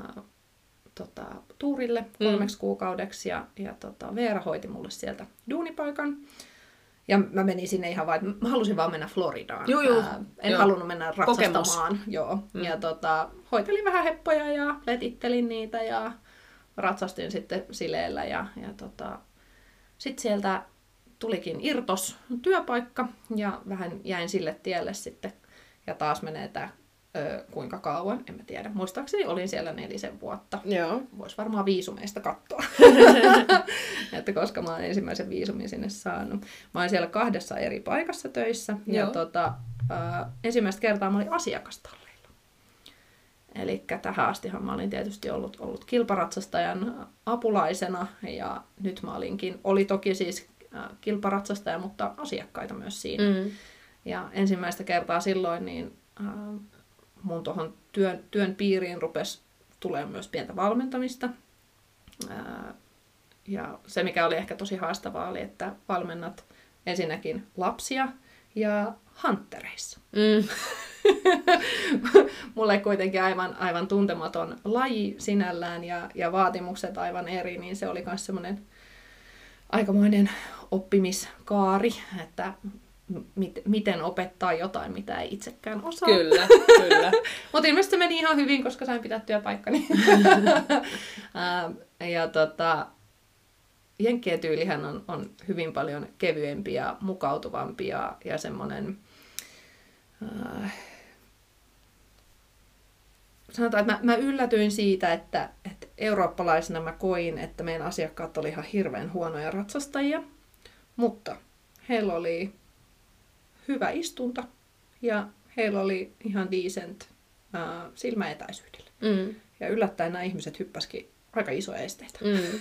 tuurille 3 kuukaudeksi. Ja Veera hoiti mulle sieltä duunipaikan. Ja mä menin sinne ihan vaan, että mä halusin vaan mennä Floridaan. En halunnut mennä ratsastamaan. Joo. Ja hoitelin vähän heppoja ja letittelin niitä ja ratsastin sitten sileellä. Ja sitten sieltä tulikin irtos työpaikka ja vähän jäin sille tielle sitten. Ja taas menee tää kuinka kauan, en mä tiedä. Muistaakseni olin siellä 4 vuotta.
Joo.
Voisi varmaan viisumeista katsoa. Että koska mä oon ensimmäisen viisumin sinne saanut. Mä olin siellä 2 eri paikassa töissä. Joo. Ja ensimmäistä kertaa mä olin asiakastalleilla. Eli tähän astihan mä olin tietysti ollut kilparatsastajan apulaisena. Ja nyt mä oli toki siis kilparatsastaja, mutta asiakkaita myös siinä. Ja ensimmäistä kertaa silloin niin mun tuohon työn piiriin rupesi tulemaan myös pientä valmentamista. Ja se, mikä oli ehkä tosi haastavaa, oli, että valmennat ensinnäkin lapsia ja hanttereissa. Mulle kuitenkin aivan tuntematon laji sinällään ja vaatimukset aivan eri, niin se oli myös semmoinen aikamoinen oppimiskaari, että miten opettaa jotain, mitä ei itsekään osaa.
Kyllä.
Mutta ilmeisesti meni ihan hyvin, koska sain pitää työpaikkani. Jenkkien tyylihän on hyvin paljon kevyempi ja mukautuvampi ja semmoinen... sanotaan, että mä yllätyin siitä, että eurooppalaisena mä koin, että meidän asiakkaat oli ihan hirveän huonoja ratsastajia, mutta heillä oli hyvä istunta ja heillä oli ihan decent silmäetäisyydellä. Ja yllättäen nämä ihmiset hyppäskin aika isoja esteitä.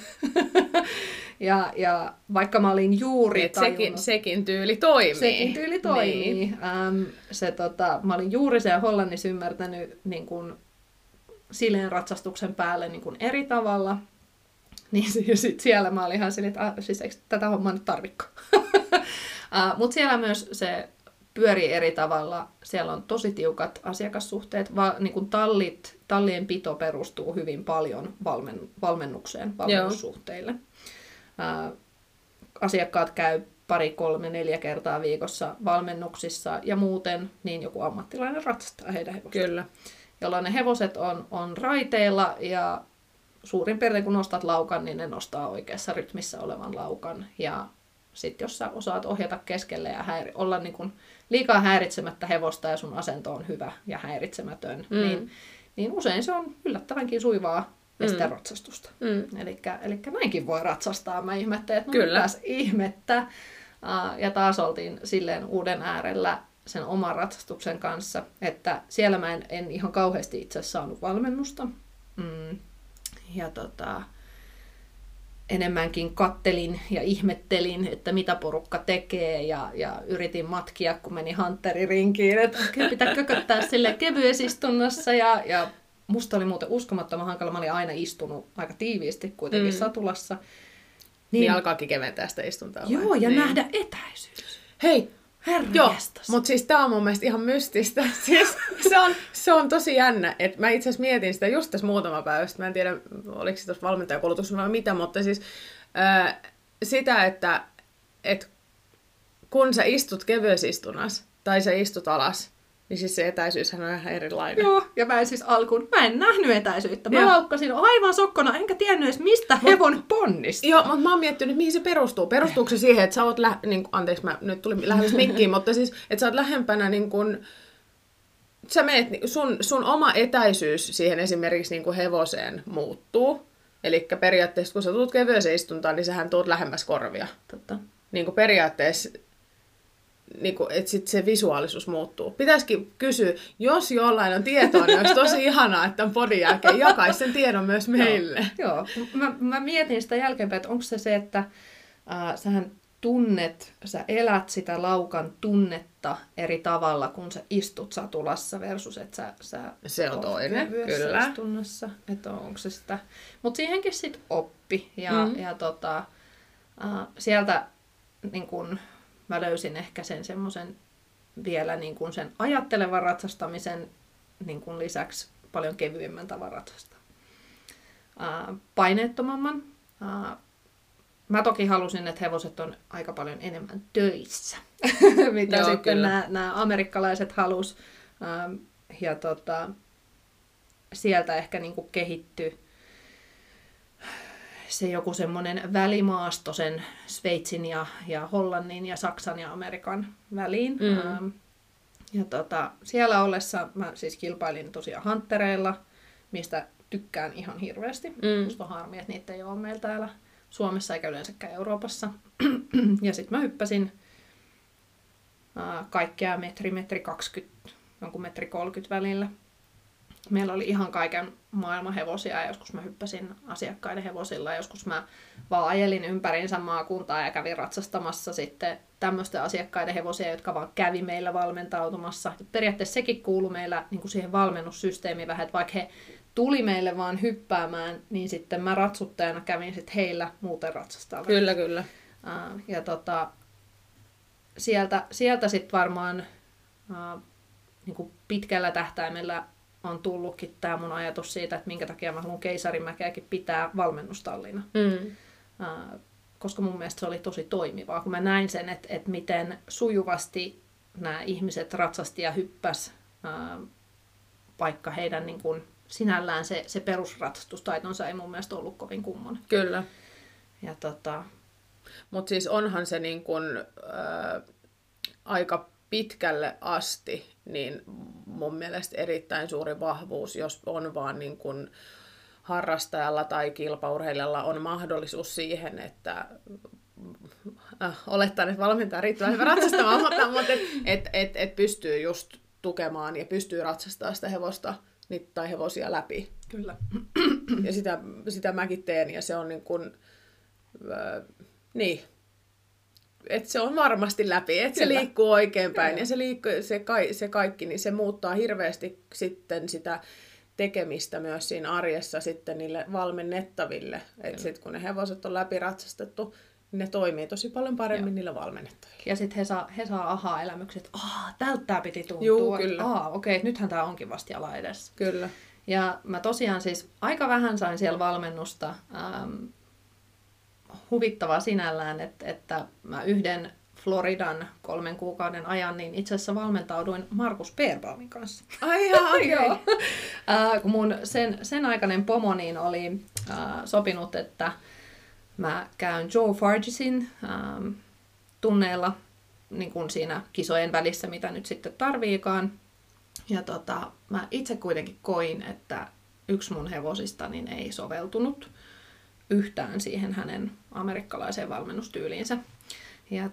ja vaikka mä olin juuri tajunnut...
Sekin tyyli toimii.
Sekin tyyli toimii. Niin. Mä olin juuri siellä Hollannissa ymmärtänyt niin kun, sileen ratsastuksen päälle niin kun eri tavalla. Niin sit siellä mä olin ihan silleen, että siis eikö tätä hommaa nyt tarvitko? Mutta siellä myös se pyörii eri tavalla. Siellä on tosi tiukat asiakassuhteet. Niin kun tallien pito perustuu hyvin paljon valmennukseen, valmennussuhteille. Asiakkaat käy 2, 3, 4 kertaa viikossa valmennuksissa ja muuten niin joku ammattilainen ratsastaa heidän hevoset.
Kyllä.
Jolloin ne hevoset on raiteilla ja suurin piirtein kun nostat laukan, niin ne nostaa oikeassa rytmissä olevan laukan. Ja sitten jos sä osaat ohjata keskelle ja olla niin kun liikaa häiritsemättä hevosta ja sun asento on hyvä ja häiritsemätön, niin usein se on yllättävänkin sujuvaa esteratsastusta. Elikkä näinkin voi ratsastaa. Mä ihmettelin, että mitäs ihmettä. Ja taas oltiin silleen uuden äärellä sen oman ratsastuksen kanssa, että siellä mä en ihan kauheasti itse asiassa saanut valmennusta. Ja enemmänkin kattelin ja ihmettelin, että mitä porukka tekee ja yritin matkia, kun meni Hunteririnkiin, että pitää kököttää sille kevyesistunnossa ja musta oli muuten uskomattoman hankala. Mä olin aina istunut aika tiiviisti kuitenkin satulassa.
Niin alkaakin keventää sitä istuntaa.
Joo, ja nähdä etäisyys.
Hei!
Joo,
mutta siis tää on mun mielestä ihan mystistä. Siis se on tosi jännä. Et mä itse asiassa mietin sitä just tässä muutama päivä. Mä en tiedä, oliko se tuossa valmentajakoulutuksessa vai mitä, mutta siis sitä, että kun sä istut kevyesistunnassa tai sä istut alas, niin siis se etäisyyshän on ihan erilainen.
Joo, ja mä en nähnyt etäisyyttä. Mä laukkasin aivan sokkona, enkä tiennyt edes mistä hevonen ponnistaa.
Joo, mutta mä oon miettinyt, mihin se perustuu. Perustuuko se siihen, että sä oot, anteeksi, mä nyt tulin lähemmäs mikkiin, mutta siis, että sä oot lähempänä niin kun, sä meet, sun oma etäisyys siihen esimerkiksi niin kuin hevoseen muuttuu. Eli periaatteessa, kun sä tulet kevyeseen istuntaan, niin sähän tulet lähemmäs korvia.
Totta.
Niin kuin periaatteessa, niin kuin, että sit se visuaalisuus muuttuu. Pitäisikin kysyä, jos jollain on tietoa, niin olisi tosi ihanaa, että tämän podin jälkeen jakaisi sen tiedon myös meille.
Joo. Mä mietin sitä jälkeenpäin, että onko se, että sähän sä elät sitä laukan tunnetta eri tavalla, kun sä istut satulassa versus, että sä
se on toinen, kyllä.
Istunnassa. Että onko se sitä. Mutta siihenkin sit oppi. Ja sieltä niin kun, mä löysin ehkä sen semmoisen vielä niin kun sen ajattelevan ratsastamisen niin kun lisäksi paljon kevyemmän tavan ratsastaa. Paineettomamman. Mä toki halusin, että hevoset on aika paljon enemmän töissä, mitä
joo,
sitten nämä amerikkalaiset halus. Ja sieltä ehkä niinku kehittyi se joku semmoinen välimaasto sen Sveitsin ja Hollannin ja Saksan ja Amerikan väliin. Ja siellä ollessa mä siis kilpailin tosiaan Huntereilla, mistä tykkään ihan hirveästi. Musta on harmi, että niitä ei ole meillä täällä Suomessa eikä yleensäkään Euroopassa. Ja sitten mä hyppäsin kaikkea metri 20, jonkun metri 30 välillä. Meillä oli ihan kaiken maailman hevosia ja joskus mä hyppäsin asiakkaiden hevosilla ja joskus mä vaan ajelin ympäriinsä maakuntaa ja kävin ratsastamassa sitten tämmöisten asiakkaiden hevosia, jotka vaan kävi meillä valmentautumassa. Periaatteessa sekin kuului meillä niin kuin siihen valmennussysteemiin vähän, että vaikka he tuli meille vaan hyppäämään, niin sitten mä ratsuttajana kävin sitten heillä muuten ratsastaa.
Kyllä, kyllä.
Ja sieltä sitten varmaan niin kuin pitkällä tähtäimellä on tullutkin tämä mun ajatus siitä, että minkä takia mä haluan Keisarimäkeäkin pitää valmennustallina. Koska mun mielestä se oli tosi toimivaa, kun mä näin sen, että miten sujuvasti nämä ihmiset ratsasti ja hyppäs, vaikka heidän niin kuin sinällään se perusratsastustaitonsa ei mun mielestä ollut kovin kummonen.
Kyllä.
Ja
mutta siis onhan se niin kun, aika pitkälle asti niin mun mielestä erittäin suuri vahvuus, jos on vaan niin kun harrastajalla tai kilpaurheilijalla on mahdollisuus siihen, että olettaen, että valmentaja riittävän hyvä ratsastamaan, mutta et pystyy just tukemaan ja pystyy ratsastamaan sitä hevosta tai hevosia läpi.
Kyllä.
Ja sitä mäkin teen, ja se on niin kuin, että se on varmasti läpi, että se liikkuu oikeinpäin, ja se kaikki, niin se muuttaa hirveästi sitten sitä tekemistä myös siinä arjessa sitten niille valmennettaville. Että sitten kun ne hevoset on läpi ratsastettu, niin ne toimii tosi paljon paremmin niillä valmennettavilla.
Ja sitten he saa aha-elämykset, tältä tämä piti tuntua.
Juu, kyllä.
Okei, nythän tämä onkin vasta jala edessä.
Kyllä.
Ja mä tosiaan siis aika vähän sain siellä valmennusta. Huvittavaa sinällään, että mä yhden Floridan 3 kuukauden ajan, niin itse asiassa valmentauduin Markus Beerbaumin kanssa.
Ai joo.
Kun mun sen aikainen pomo niin oli sopinut, että mä käyn Joe Fargisin tunneilla niin kuin siinä kisojen välissä, mitä nyt sitten tarviikaan. Ja mä itse kuitenkin koin, että yksi mun hevosista niin ei soveltunut yhtään siihen hänen amerikkalaiseen valmennustyyliinsä. Ja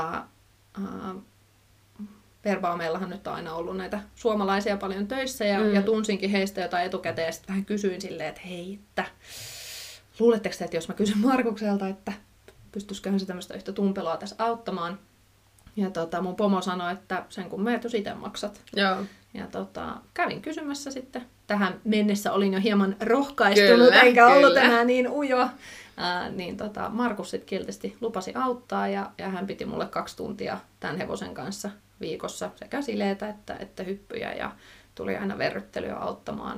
Verbaumellahan nyt on aina ollut näitä suomalaisia paljon töissä ja tunsinkin heistä jotain etukäteen ja sitten vähän kysyin silleen, että hei, että luuletteko te, että jos mä kysyn Markukselta, että pystyisiköhän se tämmöistä yhtä tumpeloa tässä auttamaan. Ja mun pomo sanoi, että sen kun meet, jos itse maksat.
Joo.
Ja kävin kysymässä sitten. Tähän mennessä olin jo hieman rohkaistunut, enkä ollut enää niin ujo. Markus sitten kiltisti lupasi auttaa ja hän piti mulle 2 tuntia tämän hevosen kanssa viikossa sekä sileitä että hyppyjä ja tuli aina verryttelyä auttamaan.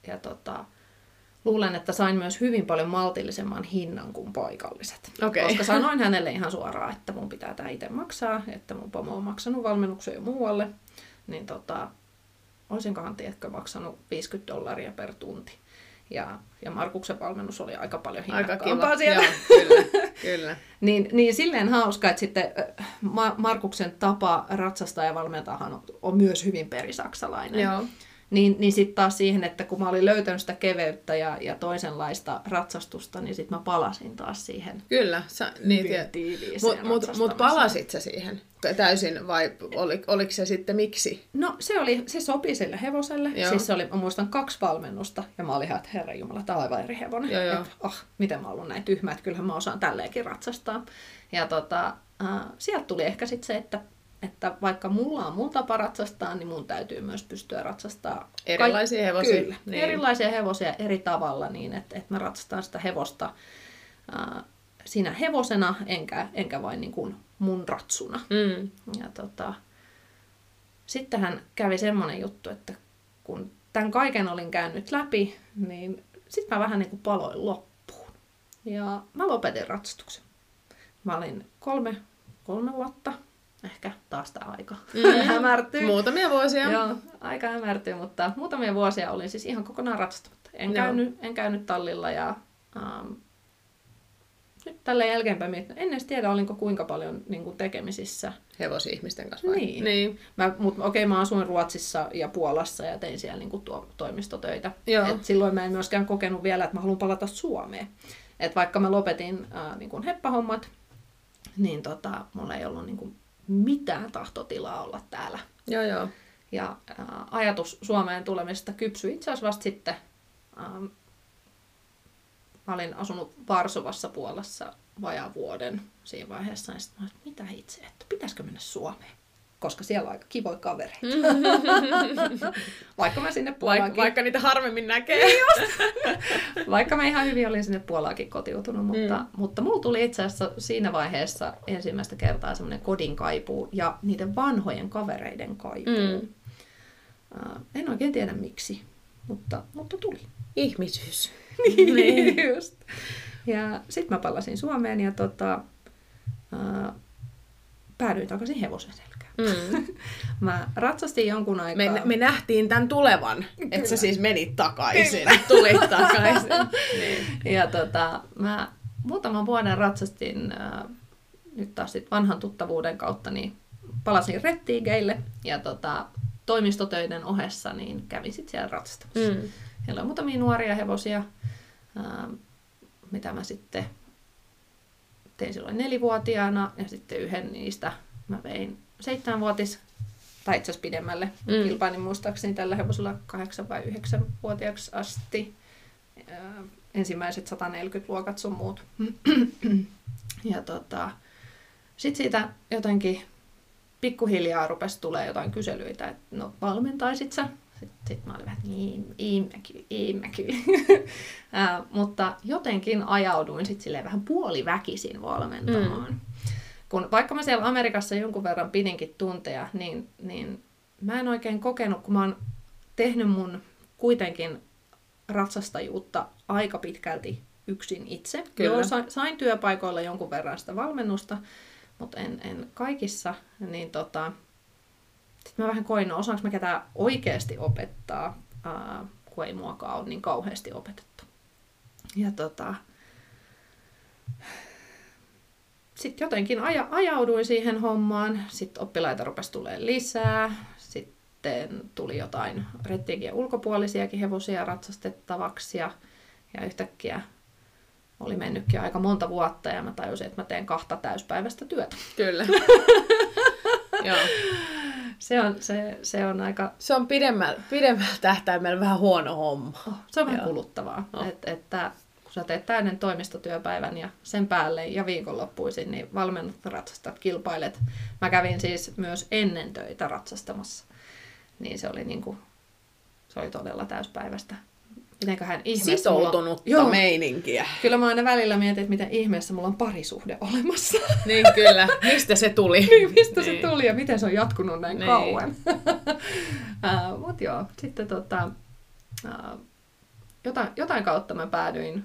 Luulen, että sain myös hyvin paljon maltillisemman hinnan kuin paikalliset.
Okay.
Koska sanoin hänelle ihan suoraan, että mun pitää tämä itse maksaa, että mun pomo on maksanut valmennuksen jo muualle. Niin olisinkohan tiedätkö maksanut $50 per tunti. Ja Markuksen valmennus oli aika paljon hinnakkaampaa siellä.
Joo, kyllä.
niin silleen hauska, että sitten Markuksen tapa ratsastaa ja valmentajahan on myös hyvin perisaksalainen.
Joo.
Niin sitten taas siihen, että kun mä olin löytänyt sitä keveyttä ja toisenlaista ratsastusta, niin sitten mä palasin taas siihen.
Kyllä,
tiiviiseen
Mutta palasit sä siihen täysin vai oliko se sitten miksi?
No se sopi sille hevoselle. Joo. Siis se oli, mä muistan 2 valmennusta ja mä olin ihan, että herranjumala, tää on aivan eri hevonen.
Joo.
Miten mä oon ollut näin tyhmä, että kyllähän mä osaan tälleenkin ratsastaa. Ja sieltä tuli ehkä sitten se, että vaikka mulla on mun tapa ratsastaa, niin mun täytyy myös pystyä ratsastamaan
erilaisia hevosia.
Kyllä, niin. Erilaisia hevosia eri tavalla niin, että mä ratsastan sitä hevosta sinä hevosena, enkä vain niin kuin mun ratsuna. Ja sittenhän kävi semmoinen juttu, että kun tämän kaiken olin käynyt läpi, niin sitten mä vähän niin kuin paloin loppuun. Ja mä lopetin ratsastuksen. Mä olin 3 vuotta. Ehkä taas tämä aika hämärtyy.
Muutamia vuosia.
Joo, aika hämärtyy, mutta muutamia vuosia olin siis ihan kokonaan ratsastamatta. En käynyt tallilla ja nyt tällä jälkeenpäin mietin, en edes tiedä, olinko kuinka paljon niin kuin tekemisissä.
Hevosihmisten kanssa vai?
Niin. Mä asuin Ruotsissa ja Puolassa ja tein siellä niin kuin toimistotöitä. Et silloin mä en myöskään kokenut vielä, että mä haluan palata Suomeen. Et vaikka mä lopetin niin kuin heppahommat, niin mulla ei ollut niin kuin mitään tahtotilaa olla täällä.
Joo.
Ja ajatus Suomeen tulemisesta kypsyi itse asiassa vasta sitten. Mä olin asunut Varsovassa Puolassa vajaa vuoden siinä vaiheessa. Ja sitten mä olin, että mitä itse, että pitäisikö mennä Suomeen? Koska siellä on aika kivoja kavereita. Vaikka mä sinne Puolaakin...
Vaikka niitä harvemmin näkee.
Vaikka mä ihan hyvin olin sinne Puolaakin kotiutunut. Mutta mulla tuli itse asiassa siinä vaiheessa ensimmäistä kertaa semmoinen kodin kaipuu ja niiden vanhojen kavereiden kaipuu. En oikein tiedä miksi, mutta tuli.
Ihmisyys.
Niin, just. Ja sit mä palasin Suomeen ja päädyin takaisin hevosen selkään. Mä ratsastin jonkun aikaa.
Me nähtiin tämän tulevan, että sä siis menit takaisin. Tulit takaisin.
Niin. Ja mä muutaman vuoden ratsastin nyt taas sit vanhan tuttavuuden kautta, niin palasin rettiigeille ja toimistotöiden ohessa niin kävin sit siellä ratsastamassa. Siellä on muutamia nuoria hevosia, mitä mä sitten tein silloin 4-vuotiaana ja sitten yhden niistä mä vein 7-vuotis, tai itse asiassa pidemmälle. Kilpailin muistaakseni tällä hevosella 8- vai 9-vuotiaaksi asti. Ensimmäiset 140 luokat sun muut. Ja sit siitä jotenkin pikkuhiljaa rupesi tulee jotain kyselyitä, että no valmentaisit sä? Sitten mä olin vähän, niin mä kyllä. Mutta jotenkin ajauduin sitten silleen vähän puoliväkisin valmentamaan. Kun vaikka mä siellä Amerikassa jonkun verran pidinkin tunteja, niin mä en oikein kokenut, kun mä oon tehnyt mun kuitenkin ratsastajuutta aika pitkälti yksin itse.
Kyllä.
Joo, sain työpaikoilla jonkun verran sitä valmennusta, mutta en kaikissa. Niin sitten mä vähän koin, no osaanko mä ketään oikeasti opettaa, kun ei muakaan ole niin kauheasti opetettu. Ja sitten jotenkin ajauduin siihen hommaan. Sitten oppilaita rupesi tulemaan lisää. Sitten sitten tuli jotain Rettigien ulkopuolisiakin hevosia ratsastettavaksi ja yhtäkkiä oli mennytkin aika monta vuotta ja mä tajusin, että mä teen 2 täyspäiväistä työtä.
Kyllä. Joo.
Se on aika...
Se on pidemmällä tähtäimellä vähän huono homma.
Se on vähän kuluttavaa. Että kun sä teet täyden toimistotyöpäivän ja sen päälle ja viikonloppuisin, niin valmennut ratsastat, kilpailet. Mä kävin siis myös ennen töitä ratsastamassa. Niin se oli todella täyspäivästä. Mitenköhän ihmeessä
sitoutunutta meininkiä.
Kyllä mä aina välillä mietin, että miten ihmeessä mulla on parisuhde olemassa.
Niin kyllä. Mistä se tuli?
Niin, mistä se tuli ja miten se on jatkunut näin kauan. Mut joo, sitten jotain kautta mä päädyin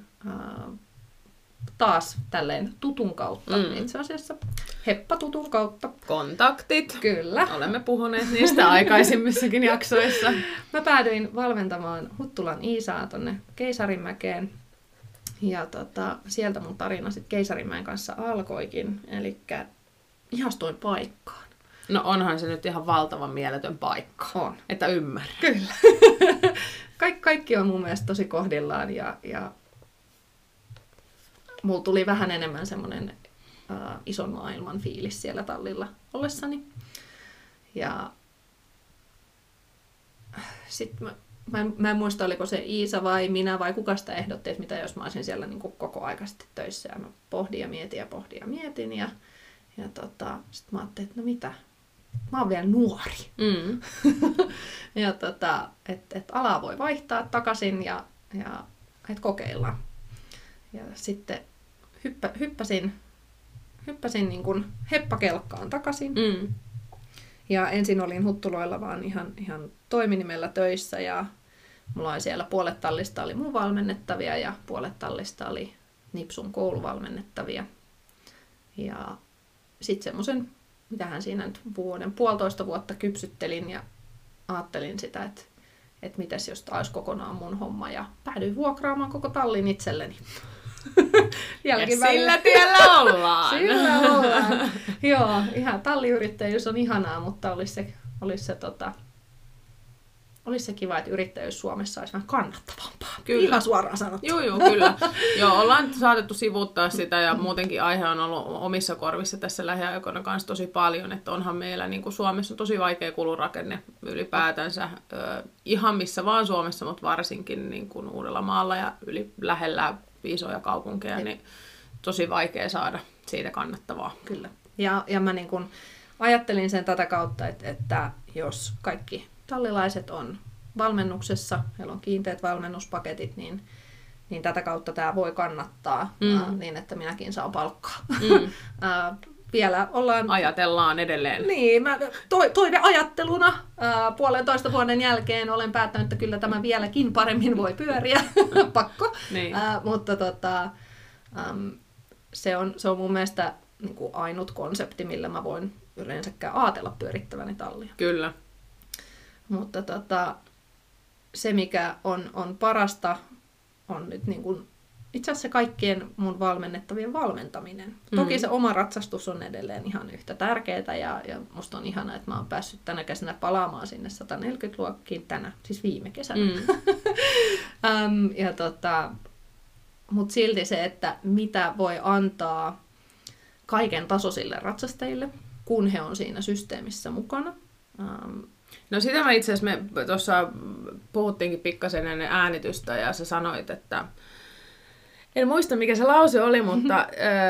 taas tälleen tutun kautta. Itse asiassa Heppa-tutun kautta.
Kontaktit.
Kyllä.
Olemme puhuneet niistä aikaisemmissakin jaksoissa.
Mä päädyin valmentamaan Huttulan Iisaa tonne Keisarinmäkeen. Ja sieltä mun tarina sitten Keisarinmäen kanssa alkoikin. Elikkä ihastuin paikkaan.
No onhan se nyt ihan valtavan mieletön paikka.
On.
Että ymmärrä.
Kyllä. Kaikki on mun mielestä tosi kohdillaan ja mulla tuli vähän enemmän semmoinen ison maailman fiilis siellä tallilla ollessani. Ja sitten mä en muista, oliko se Iisa vai minä vai kuka sitä ehdotti, että mitä jos mä olisin siellä niin kuin koko aika sitten töissä. Ja mä pohdin ja mietin. Ja sitten mä ajattelin, että no mitä, mä oon vielä nuori. Ja että alaa voi vaihtaa takaisin ja että kokeillaan. Ja sitten hyppäsin niin kuin heppakelkkaan takaisin. Ja ensin olin Huttuloilla vaan ihan toiminimellä töissä ja mulla oli siellä puolet tallista oli mun valmennettavia ja puolet tallista oli Nipsun kouluvalmennettavia. Ja sitten semmoisen, mitähän siinä nyt 1,5 vuotta kypsyttelin ja ajattelin sitä, että mitäs jos tämä olisi kokonaan mun homma ja päädyin vuokraamaan koko tallin itselleni.
Ja sillä tiellä ollaan.
Sillä ollaan. Joo, ihan talliyrittäjyys on ihanaa, mutta olisi se kiva, että yrittäjyys Suomessa olisi vähän kannattavampaa.
Kyllä.
Ihan suoraan sanottu.
Joo, kyllä. Joo, ollaan saatettu sivuuttaa sitä ja muutenkin aihe on ollut omissa korvissa tässä lähiaikoina kanssa tosi paljon, että onhan meillä niin kuin Suomessa on tosi vaikea kulurakenne ylipäätänsä. Ihan missä vaan Suomessa, mutta varsinkin niin kuin Uudellamaalla ja lähellä isoja kaupunkeja, niin tosi vaikea saada siitä kannattavaa.
Kyllä. Ja mä niin kun ajattelin sen tätä kautta, että jos kaikki tallilaiset on valmennuksessa, heillä on kiinteät valmennuspaketit, niin tätä kautta tämä voi kannattaa niin, että minäkin saan palkkaa. Vielä
ajatellaan edelleen.
Niin, toiveajatteluna 1,5 vuoden jälkeen olen päättänyt, että kyllä tämä vieläkin paremmin voi pyöriä. Pakko.
Niin.
Mutta se on mun mielestä niin kuin ainut konsepti, millä mä voin yleensäkään ajatella pyörittäväni tallia.
Kyllä.
Mutta se, mikä on parasta, on nyt niin kuin itse asiassa kaikkien mun valmennettavien valmentaminen. Toki se oma ratsastus on edelleen ihan yhtä tärkeää ja musta on ihanaa, että mä oon päässyt tänä kesänä palaamaan sinne 140-luokkiin siis viime kesänä. Mutta silti se, että mitä voi antaa kaiken tasoisille ratsastajille, kun he on siinä systeemissä mukana.
No sitä mä itse asiassa, me tuossa puhuttiinkin pikkasen ennen äänitystä ja sä sanoit, että en muista mikä se lause oli, mutta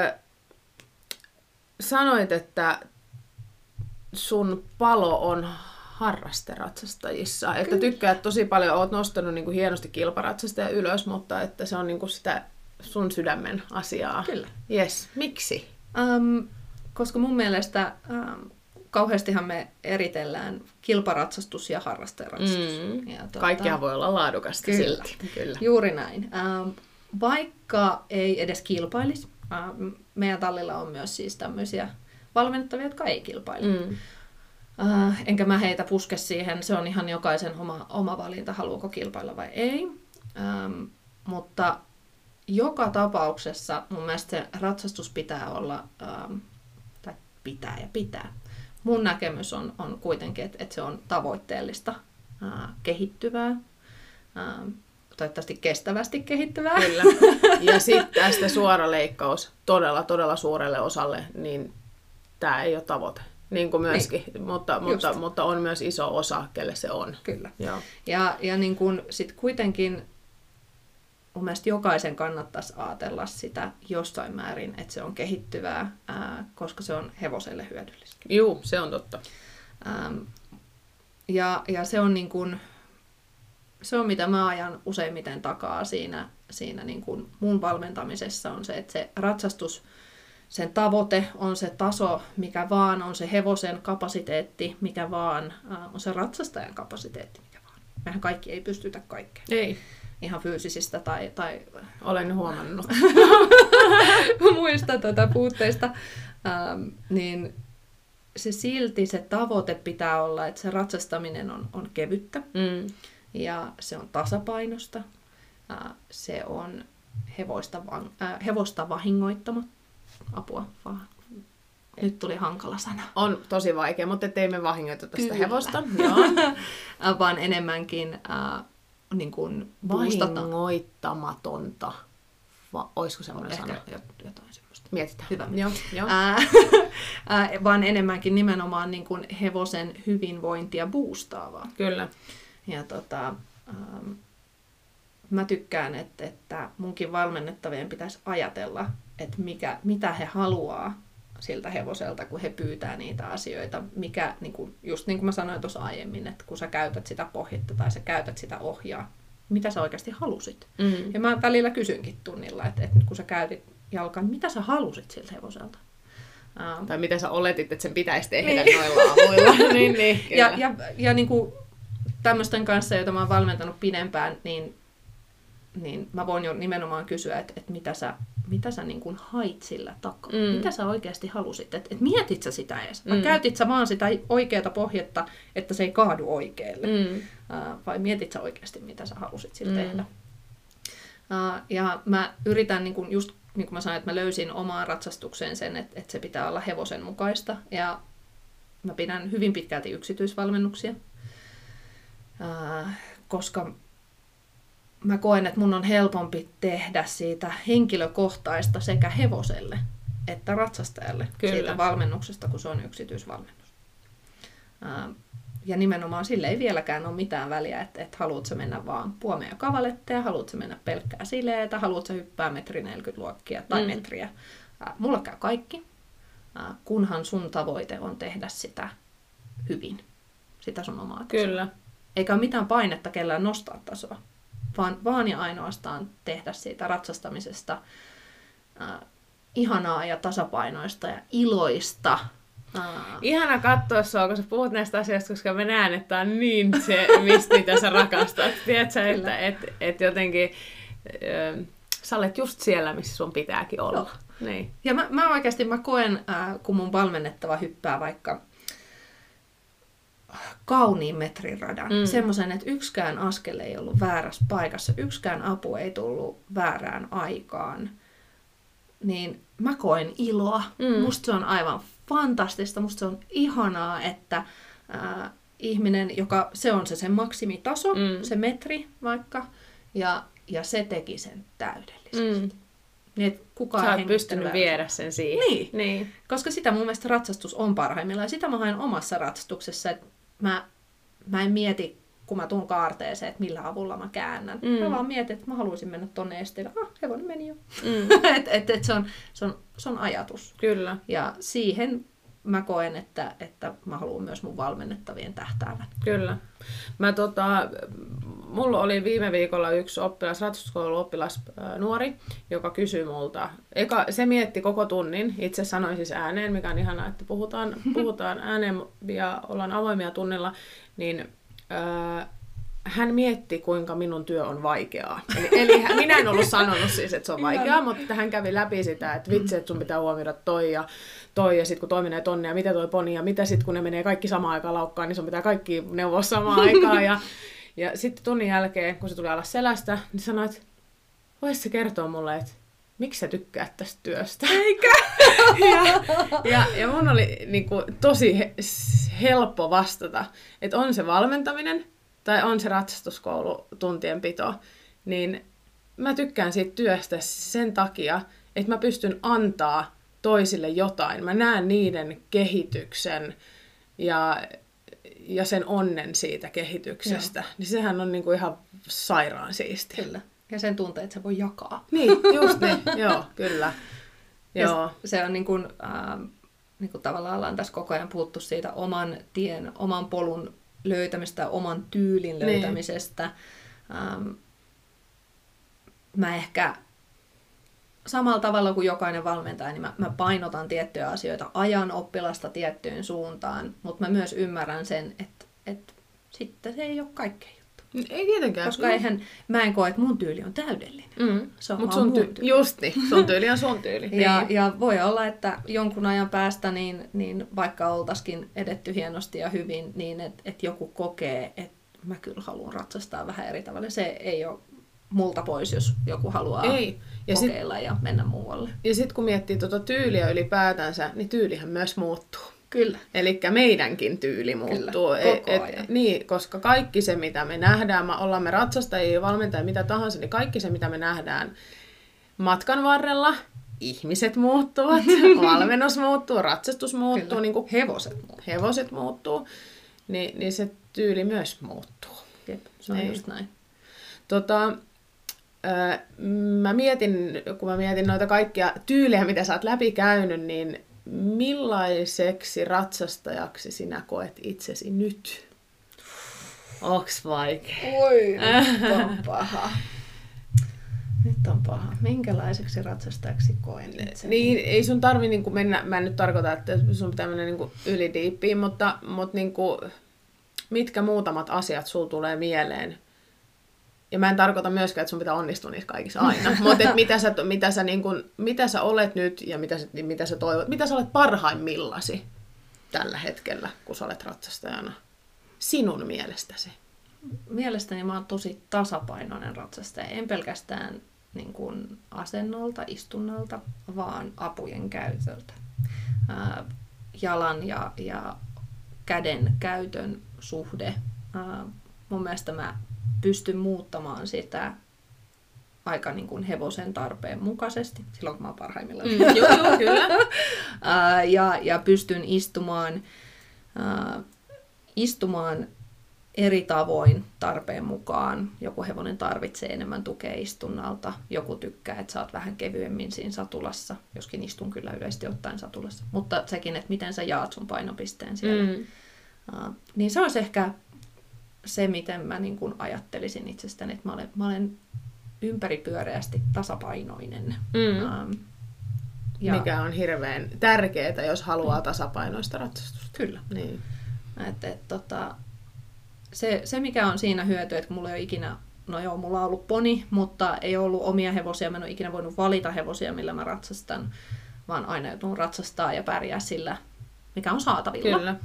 sanoit, että sun palo on harrasteratsastajissa. Että tykkäät tosi paljon, oot nostanut niin kuin hienosti kilparatsastaja ylös, mutta että se on niin kuin sitä sun sydämen asiaa.
Kyllä.
Yes. Miksi?
Koska mun mielestä kauheastihan me eritellään kilparatsastus ja harrasteratsastus.
Kaikkihan voi olla laadukasta silti.
Kyllä. Juuri näin. Vaikka ei edes kilpailisi, meidän tallilla on myös siis tämmöisiä valmennettavia, jotka ei kilpaile. Enkä mä heitä puske siihen, se on ihan jokaisen oma valinta, haluuko kilpailla vai ei. Mutta joka tapauksessa mun mielestä se ratsastus pitää olla, tai pitää. mun näkemys on kuitenkin, että se on tavoitteellista, kehittyvää, toivottavasti kestävästi kehittyvää.
Kyllä. Ja sitten tästä suora leikkaus todella, todella suurelle osalle, niin tämä ei ole tavoite. Niin kuin myöskin, niin. Mutta on myös iso osa, kelle se on.
Kyllä.
Joo.
Ja niin kuin sit kuitenkin mun mielestä jokaisen kannattaisi ajatella sitä jossain määrin, että se on kehittyvää, koska se on hevoselle hyödyllistä.
Juu, se on totta.
Ja se on niin kuin, se on mitä mä ajan useimmiten takaa siinä niin kuin mun valmentamisessa on se, että se ratsastus, sen tavoite on se taso, mikä vaan, on se hevosen kapasiteetti, mikä vaan, on se ratsastajan kapasiteetti, mikä vaan. Mehän kaikki ei pystytä kaikkeen.
Ei.
Ihan fyysisistä tai
olen huomannut
muista puutteista, niin silti se tavoite pitää olla, että se ratsastaminen on kevyttä ja se on tasapainosta, se on hevosta vahingoittamatta. Apua vaan. Nyt tuli hankala sana.
On tosi vaikea, mutta ettei me vahingoita tästä hevosta.
Joo. Vaan enemmänkin niin kuin
vahingoittamatonta. Olisiko semmoinen sana?
Jotain semmoista.
Mietitään.
Hyvä.
Joo.
Vaan enemmänkin nimenomaan niin kuin hevosen hyvinvointia boostaavaa.
Kyllä.
Ja mä tykkään, että munkin valmennettavien pitäisi ajatella, että mitä he haluaa siltä hevoselta, kun he pyytää niitä asioita. Mikä, niin kuin, just niin kuin mä sanoin tuossa aiemmin, että kun sä käytät sitä pohjetta tai sä käytät sitä ohjaa, mitä sä oikeasti halusit. Ja mä välillä kysynkin tunnilla, että kun sä käytit jalkaa, niin mitä sä halusit siltä hevoselta?
Tai mitä sä oletit, että sen pitäisi tehdä noilla aamuilla. niin,
ja niin kuin tämmöisten kanssa, joita mä oon valmentanut pidempään, niin mä voin jo nimenomaan kysyä, että mitä sä niin kuin hait sillä takaa? Mitä sä oikeasti halusit? Et mietit sä sitä edes? Vai käytit sä vaan sitä oikeata pohjetta, että se ei kaadu oikealle? Vai mietit sä oikeasti, mitä sä halusit sillä tehdä? Ja mä yritän, niin kuin just niin kuin mä sanoin, että mä löysin omaan ratsastukseen sen, että se pitää olla hevosen mukaista. Ja mä pidän hyvin pitkälti yksityisvalmennuksia, koska mä koen, että mun on helpompi tehdä siitä henkilökohtaista sekä hevoselle että ratsastajalle siitä valmennuksesta, kun se on yksityisvalmennus. Ja nimenomaan sille ei vieläkään ole mitään väliä, että haluatko mennä vaan puomea ja kavaletteja, haluatko mennä pelkkää sileetä, haluatko hyppää 1,40 luokkia tai metriä. Mulla käy kaikki, kunhan sun tavoite on tehdä sitä hyvin, sitä sun omaa tasoa.
Kyllä.
Eikä ole mitään painetta kellään nostaa tasoa, vaan ja ainoastaan tehdä siitä ratsastamisesta ihanaa ja tasapainoista ja iloista.
Ihana katsoa sua, kun sä puhut näistä asioista, koska mä näen, että tää on niin se, mitä sä rakastat. Tiedätkö, että jotenkin sä olet just siellä, missä sun pitääkin olla. Niin.
Ja mä oikeasti koen, kun mun valmennettava hyppää vaikka kauniin metriradan, semmoisen, että yksikään askel ei ollut väärässä paikassa, yksikään apu ei tullut väärään aikaan, niin mä koen iloa. Musta se on aivan fantastista, musta se on ihanaa, että ihminen, joka se on se sen maksimitaso, se metri vaikka, ja se teki sen täydellisesti. Niin,
sä oot pystynyt viedä sen siihen.
Niin. Koska sitä mun mielestä ratsastus on parhaimmillaan. Ja sitä mä haen omassa ratsastuksessa, että mä en mieti, kun mä tuun kaarteeseen, että millä avulla mä käännän. Mä vaan mietin, että mä haluaisin mennä tonne esteelle. Hevonen meni jo. Se on ajatus.
Kyllä.
Ja siihen mä koen, että mä haluan myös mun valmennettavien tähtäävän.
Kyllä. Mulla oli viime viikolla yksi ratsastuskouluoppilas nuori, joka kysyi multa. Se mietti koko tunnin, itse sanoin siis ääneen, mikä on ihanaa, että puhutaan ääneen ja ollaan avoimia tunnilla, niin hän mietti, kuinka minun työ on vaikeaa. Eli minä en ollut sanonut siis, että se on vaikeaa, mutta hän kävi läpi sitä, että vitsi, että sun pitää huomioida toi ja sitten kun toi menee tonne ja mitä toi poni ja mitä sitten kun ne menee kaikki samaan aikaan laukkaan, niin sun pitää kaikki neuvoa samaan aikaan. Ja sitten tunnin jälkeen, kun se tuli alas selästä, niin sanoi, että voisi se kertoa mulle, että miksi sä tykkäät tästä työstä?
Eikä?
ja mun oli niinku tosi helppo vastata, että on se valmentaminen tai on se ratsastuskoulu tuntienpito, niin mä tykkään siitä työstä sen takia, että mä pystyn antaa toisille jotain. Mä näen niiden kehityksen ja sen onnen siitä kehityksestä. Joo. Niin sehän on niinku ihan sairaan siistiä.
Kyllä. Ja sen tunteet se voi jakaa.
Niin, just niin. Joo, kyllä. Joo.
Se on niin kuin tavallaan ollaan tässä koko ajan puhuttu siitä oman tien, oman polun löytämistä, oman tyylin löytämisestä. Mä ehkä samalla tavalla kuin jokainen valmentaja, niin mä painotan tiettyjä asioita, ajan oppilasta tiettyyn suuntaan, mutta mä myös ymmärrän sen, että sitten se ei ole kaikkein juttu.
Ei tietenkään.
Koska mä en koe, että mun tyyli on täydellinen. Se on
sun
mun tyyli.
Just niin, sun tyyli on sun tyyli.
Ja voi olla, että jonkun ajan päästä, niin vaikka oltaisikin edetty hienosti ja hyvin, niin että joku kokee, että mä kyllä haluan ratsastaa vähän eri tavalla. Se ei ole multa pois, jos joku haluaa kokeilla ja mennä muualle.
Ja sitten kun miettii tuota tyyliä ylipäätänsä, niin tyylihän myös muuttuu.
Kyllä.
Eli meidänkin tyyli muuttuu.
Kyllä, koko ajan.
Niin, koska kaikki se, mitä me nähdään, ollaan me ratsastajia, valmentajia, mitä tahansa, niin kaikki se, mitä me nähdään matkan varrella, ihmiset muuttuvat, valmennus muuttuu, ratsastus muuttuu. Niin kuin hevoset muuttuu. Niin se tyyli myös muuttuu.
Jep, se on just näin.
Kun mä mietin noita kaikkia tyylejä, mitä sä oot läpikäynyt, niin millaiseksi ratsastajaksi sinä koet itsesi nyt? Onks vaikea?
Oi, nyt on paha. Nyt on paha. Minkälaiseksi ratsastajaksi koen itseni?
Niin, ei sun tarvi niin mennä, mä en nyt tarkoita, että sun pitää mennä niin ylidiippiin, mutta niin mitkä muutamat asiat sul tulee mieleen? Ja mä en tarkoita myöskään, että sun pitää onnistua niissä kaikissa aina. Mutta mitä sä olet nyt ja mitä sä toivot. Mitä sä olet parhaimmillasi tällä hetkellä, kun sä olet ratsastajana? Sinun mielestäsi?
Mielestäni mä oon tosi tasapainoinen ratsastaja. En pelkästään niin kuin asennolta, istunnalta, vaan apujen käytöltä. Jalan ja käden käytön suhde. Mun mielestä mä pystyn muuttamaan sitä aika niin kuin hevosen tarpeen mukaisesti, silloin kun mä oon parhaimmillaan.
Joo, kyllä.
ja pystyn istumaan eri tavoin tarpeen mukaan. Joku hevonen tarvitsee enemmän tukea istunnalta, joku tykkää, että sä oot vähän kevyemmin siinä satulassa, joskin istun kyllä yleisesti ottaen satulassa. Mutta sekin, että miten sä jaat sun painopisteen siellä. Niin se olisi ehkä se, miten mä niin kuin ajattelisin itsestäni, että mä olen ympäripyöreästi tasapainoinen.
Mikä on hirveän tärkeää, jos haluaa tasapainoista ratsastusta.
Kyllä.
Niin.
Se, mikä on siinä hyöty, että mulla ei ole ikinä, mulla on ollut poni, mutta ei ole ollut omia hevosia. Mä en ole ikinä voinut valita hevosia, millä mä ratsastan, vaan aina joutunut ratsastaa ja pärjää sillä, mikä on saatavilla.
Kyllä.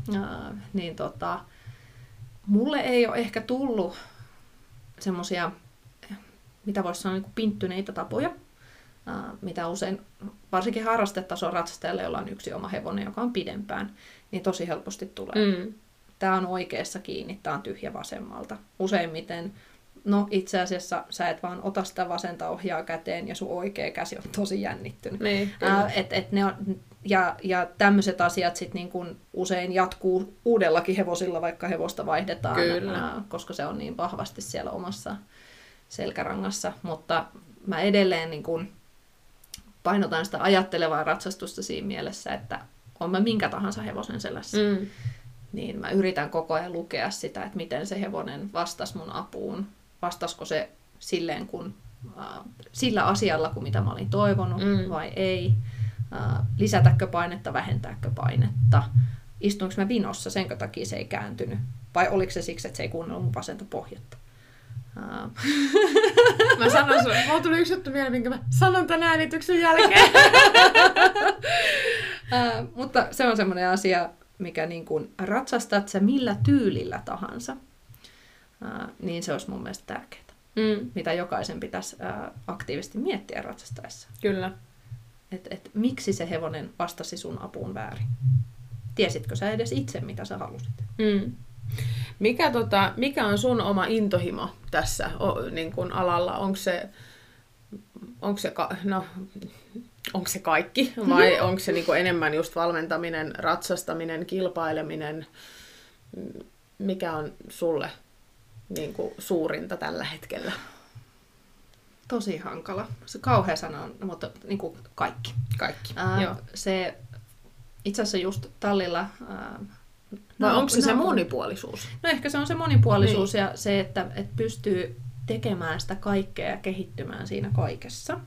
Mulle ei ole ehkä tullut semmoisia, mitä voisi sanoa, niin pinttyneitä tapoja, mitä usein, varsinkin harrastetason ratsastajalle, jolla on yksi oma hevonen, joka on pidempään, niin tosi helposti tulee. Tämä on oikeassa kiinni, tämä on tyhjä vasemmalta. Useimmiten, itse asiassa sä et vaan ota sitä vasenta ohjaa käteen ja sun oikea käsi on tosi jännittynyt.
Niin,
ja tämmöiset asiat sit niin kun usein jatkuu uudellakin hevosilla, vaikka hevosta vaihdetaan, koska se on niin vahvasti siellä omassa selkärangassa. Mutta mä edelleen niin kun painotan sitä ajattelevaa ratsastusta siinä mielessä, että on mä minkä tahansa hevosen selässä. Niin mä yritän koko ajan lukea sitä, että miten se hevonen vastasi mun apuun. Vastasko se silleen sillä asialla, kuin mitä mä olin toivonut vai ei. Lisätäkö painetta, vähentääkö painetta. Istuinko mä vinossa, senkö takia se ei kääntynyt. Vai oliko se siksi, että se ei kuunnellut mun vasenta pohjatta.
Mä sanon sun, mulla tuli yksi juttu mieleen, minkä mä sanon tän äänityksen jälkeen.
Mutta se on semmoinen asia, mikä niin kuin ratsastat sä millä tyylillä tahansa, niin se olisi mun mielestä tärkeää. mitä jokaisen pitäisi aktiivisesti miettiä ratsastaessa.
Kyllä.
Et miksi se hevonen vastasi sun apuun väärin? Tiesitkö sä edes itse, mitä sä halusit?
Mikä on sun oma intohimo tässä niin kun alalla? Onko se kaikki vai onko se niin kun enemmän just valmentaminen, ratsastaminen, kilpaileminen? Mikä on sulle niin kun suurinta tällä hetkellä?
Tosi hankala. Se kauhea sana on, mutta niin kuin kaikki.
Kaikki, joo.
Se itse asiassa just tallilla...
vai onko se monipuolisuus?
No ehkä se on se monipuolisuus ja se, että pystyy tekemään sitä kaikkea ja kehittymään siinä kaikessa.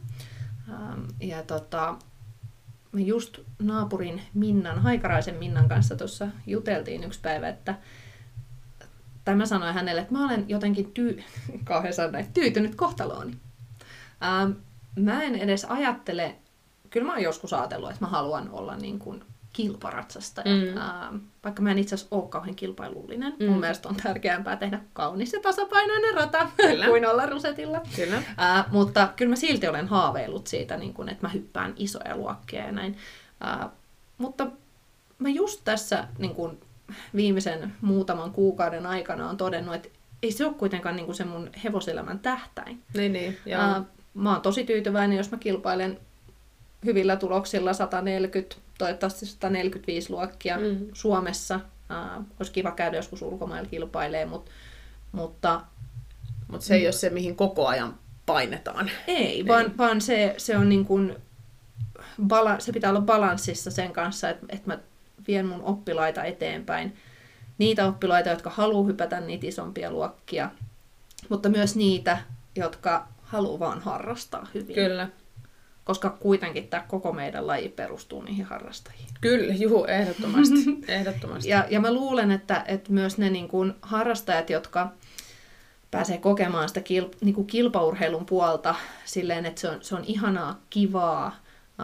Me just naapurin Minnan, Haikaraisen Minnan kanssa tuossa juteltiin yksi päivä, tai mä sanoin hänelle, että mä olen jotenkin tyytynyt kohtalooni. Mä en edes ajattele, kyllä mä oon joskus ajatellut, että mä haluan olla niin kuin kilparatsastaja. Vaikka mä en itse asiassa ole kauhean kilpailullinen. Mun mielestä on tärkeämpää tehdä kaunis ja tasapainoinen rata kuin olla rusetilla. Mutta kyllä mä silti olen haaveillut siitä, niin kun, että mä hyppään isoja luokkia ja näin. Mutta mä just tässä niin kun viimeisen muutaman kuukauden aikana on todennut, että ei se ole kuitenkaan niin kun se mun hevoselämän tähtäin.
Niin,
mä oon tosi tyytyväinen, jos mä kilpailen hyvillä tuloksilla 140, toivottavasti 145 luokkia Suomessa. Olisi kiva käydä joskus ulkomailla kilpailee, mutta
se ei ole se, mihin koko ajan painetaan.
Ei, vaan se on niin kuin, se pitää olla balanssissa sen kanssa, että mä vien mun oppilaita eteenpäin. Niitä oppilaita, jotka haluaa hypätä niitä isompia luokkia, mutta myös niitä, jotka haluaa vaan harrastaa hyvin.
Kyllä.
Koska kuitenkin tämä koko meidän laji perustuu niihin harrastajiin.
Kyllä, ehdottomasti.
Ja mä luulen, että myös ne niin kuin harrastajat, jotka pääsee kokemaan sitä niin kuin kilpaurheilun puolta silleen, että se on ihanaa, kivaa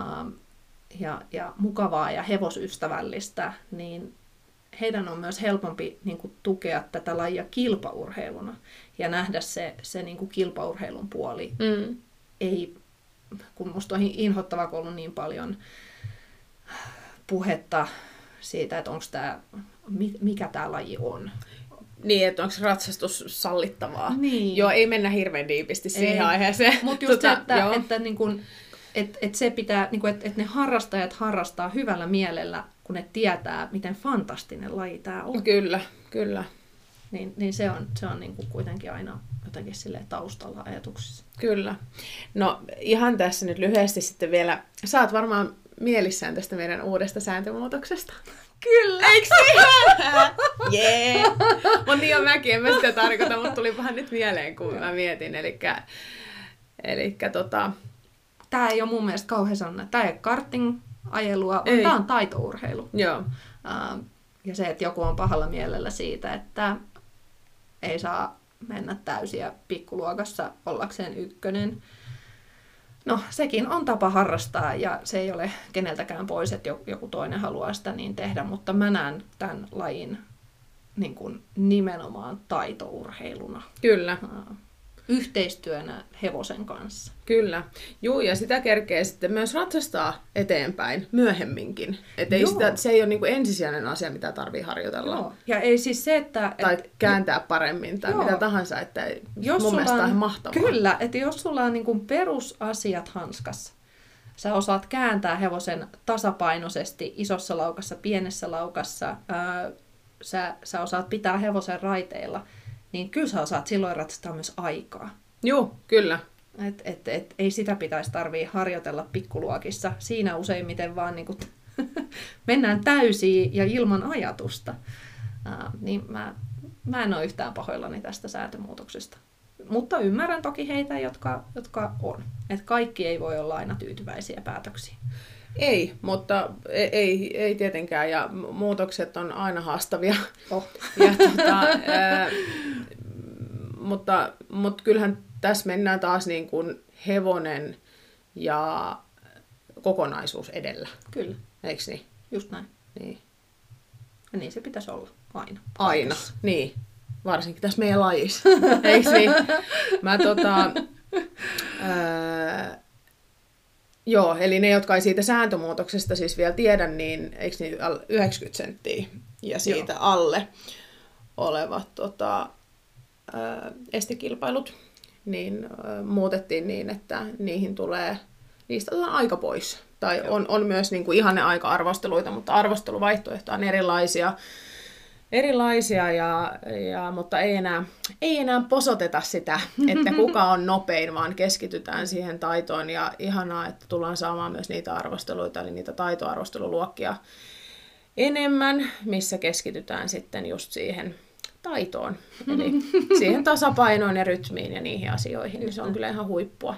ja mukavaa ja hevosystävällistä, niin heidän on myös helpompi niin kuin tukea tätä lajia kilpaurheiluna ja nähdä se niin kuin kilpaurheilun puoli. Ei, kun musta on inhottavaa, kun on ollut niin paljon puhetta siitä, että onko tämä, mikä tämä laji on.
Niin, että onko ratsastus sallittavaa.
Niin.
Joo, ei mennä hirveän diipisti siihen aiheeseen.
Mutta just se, että niin kun, se pitää, niin kun, että ne harrastajat harrastaa hyvällä mielellä, kun ne tietää, miten fantastinen laji tämä on.
Kyllä.
Niin se on niin kuin kuitenkin aina jotenkin silleen taustalla ajatuksissa.
Kyllä. No ihan tässä nyt lyhyesti sitten vielä. Sä oot varmaan mielissään tästä meidän uudesta sääntömuutoksesta.
Kyllä!
Eiks ihan? Jee! Mut niin on mäkin, en mä sitä tarkoita, mutta tulipahan nyt mieleen, kun mä mietin. Elikkä
Tää ei ole mun mielestä kauhean sellainen. Tää ei ole karting-ajelua, vaan tää on taitourheilu.
Joo.
Ja se, että joku on pahalla mielellä siitä, että ei saa mennä täysiä pikkuluokassa ollakseen ykkönen. No, sekin on tapa harrastaa ja se ei ole keneltäkään pois, että joku toinen haluaa sitä niin tehdä, mutta mä näen tämän lajin niin kuin nimenomaan taitourheiluna.
Kyllä.
Yhteistyönä hevosen kanssa.
Kyllä. Juu, ja sitä kerkee sitten myös ratsastaa eteenpäin myöhemminkin. Että se ei ole niin kuin ensisijainen asia, mitä tarvitsee harjoitella.
Joo. Ja ei siis se, että...
Tai kääntää paremmin tai mitä tahansa. Että mun mielestä on mahtavaa.
Kyllä, että jos sulla on niin kuin perusasiat hanskassa, sä osaat kääntää hevosen tasapainoisesti isossa laukassa, pienessä laukassa, sä osaat pitää hevosen raiteilla, niin kyllä sä osaat silloin ratsastaa myös aikaa.
Joo, kyllä.
Ei sitä pitäisi tarvitse harjoitella pikkuluokissa. Siinä useimmiten vaan niin kuin mennään täysiin ja ilman ajatusta. Niin mä en ole yhtään pahoillani tästä sääntömuutoksesta. Mutta ymmärrän toki heitä, jotka on. Että kaikki ei voi olla aina tyytyväisiä päätöksiin.
Ei, mutta ei tietenkään. Ja muutokset on aina haastavia. Ja mutta kyllähän tässä mennään taas niin kuin hevonen ja kokonaisuus edellä.
Kyllä.
Eikö niin?
Just näin.
Niin.
Ja niin se pitäisi olla aina.
Aina, niin. Varsinkin tässä meidän lajissa. Eikö niin? Mä joo, eli ne, jotka ei siitä sääntömuutoksesta siis vielä tiedä, niin eikö niin 90 senttiä ja siitä alle olevat estekilpailut, niin muutettiin niin, että niistä otetaan aika pois. Tai on myös niin kuin ihanne aika-arvosteluita, mutta arvosteluvaihtoehtoja on erilaisia mutta ei enää posoteta sitä, että kuka on nopein, vaan keskitytään siihen taitoon. Ja ihanaa, että tullaan saamaan myös niitä arvosteluita, eli niitä taitoarvosteluluokkia enemmän, missä keskitytään sitten just siihen taitoon. Eli siihen tasapainoon ja rytmiin ja niihin asioihin, niin se on kyllä ihan huippua.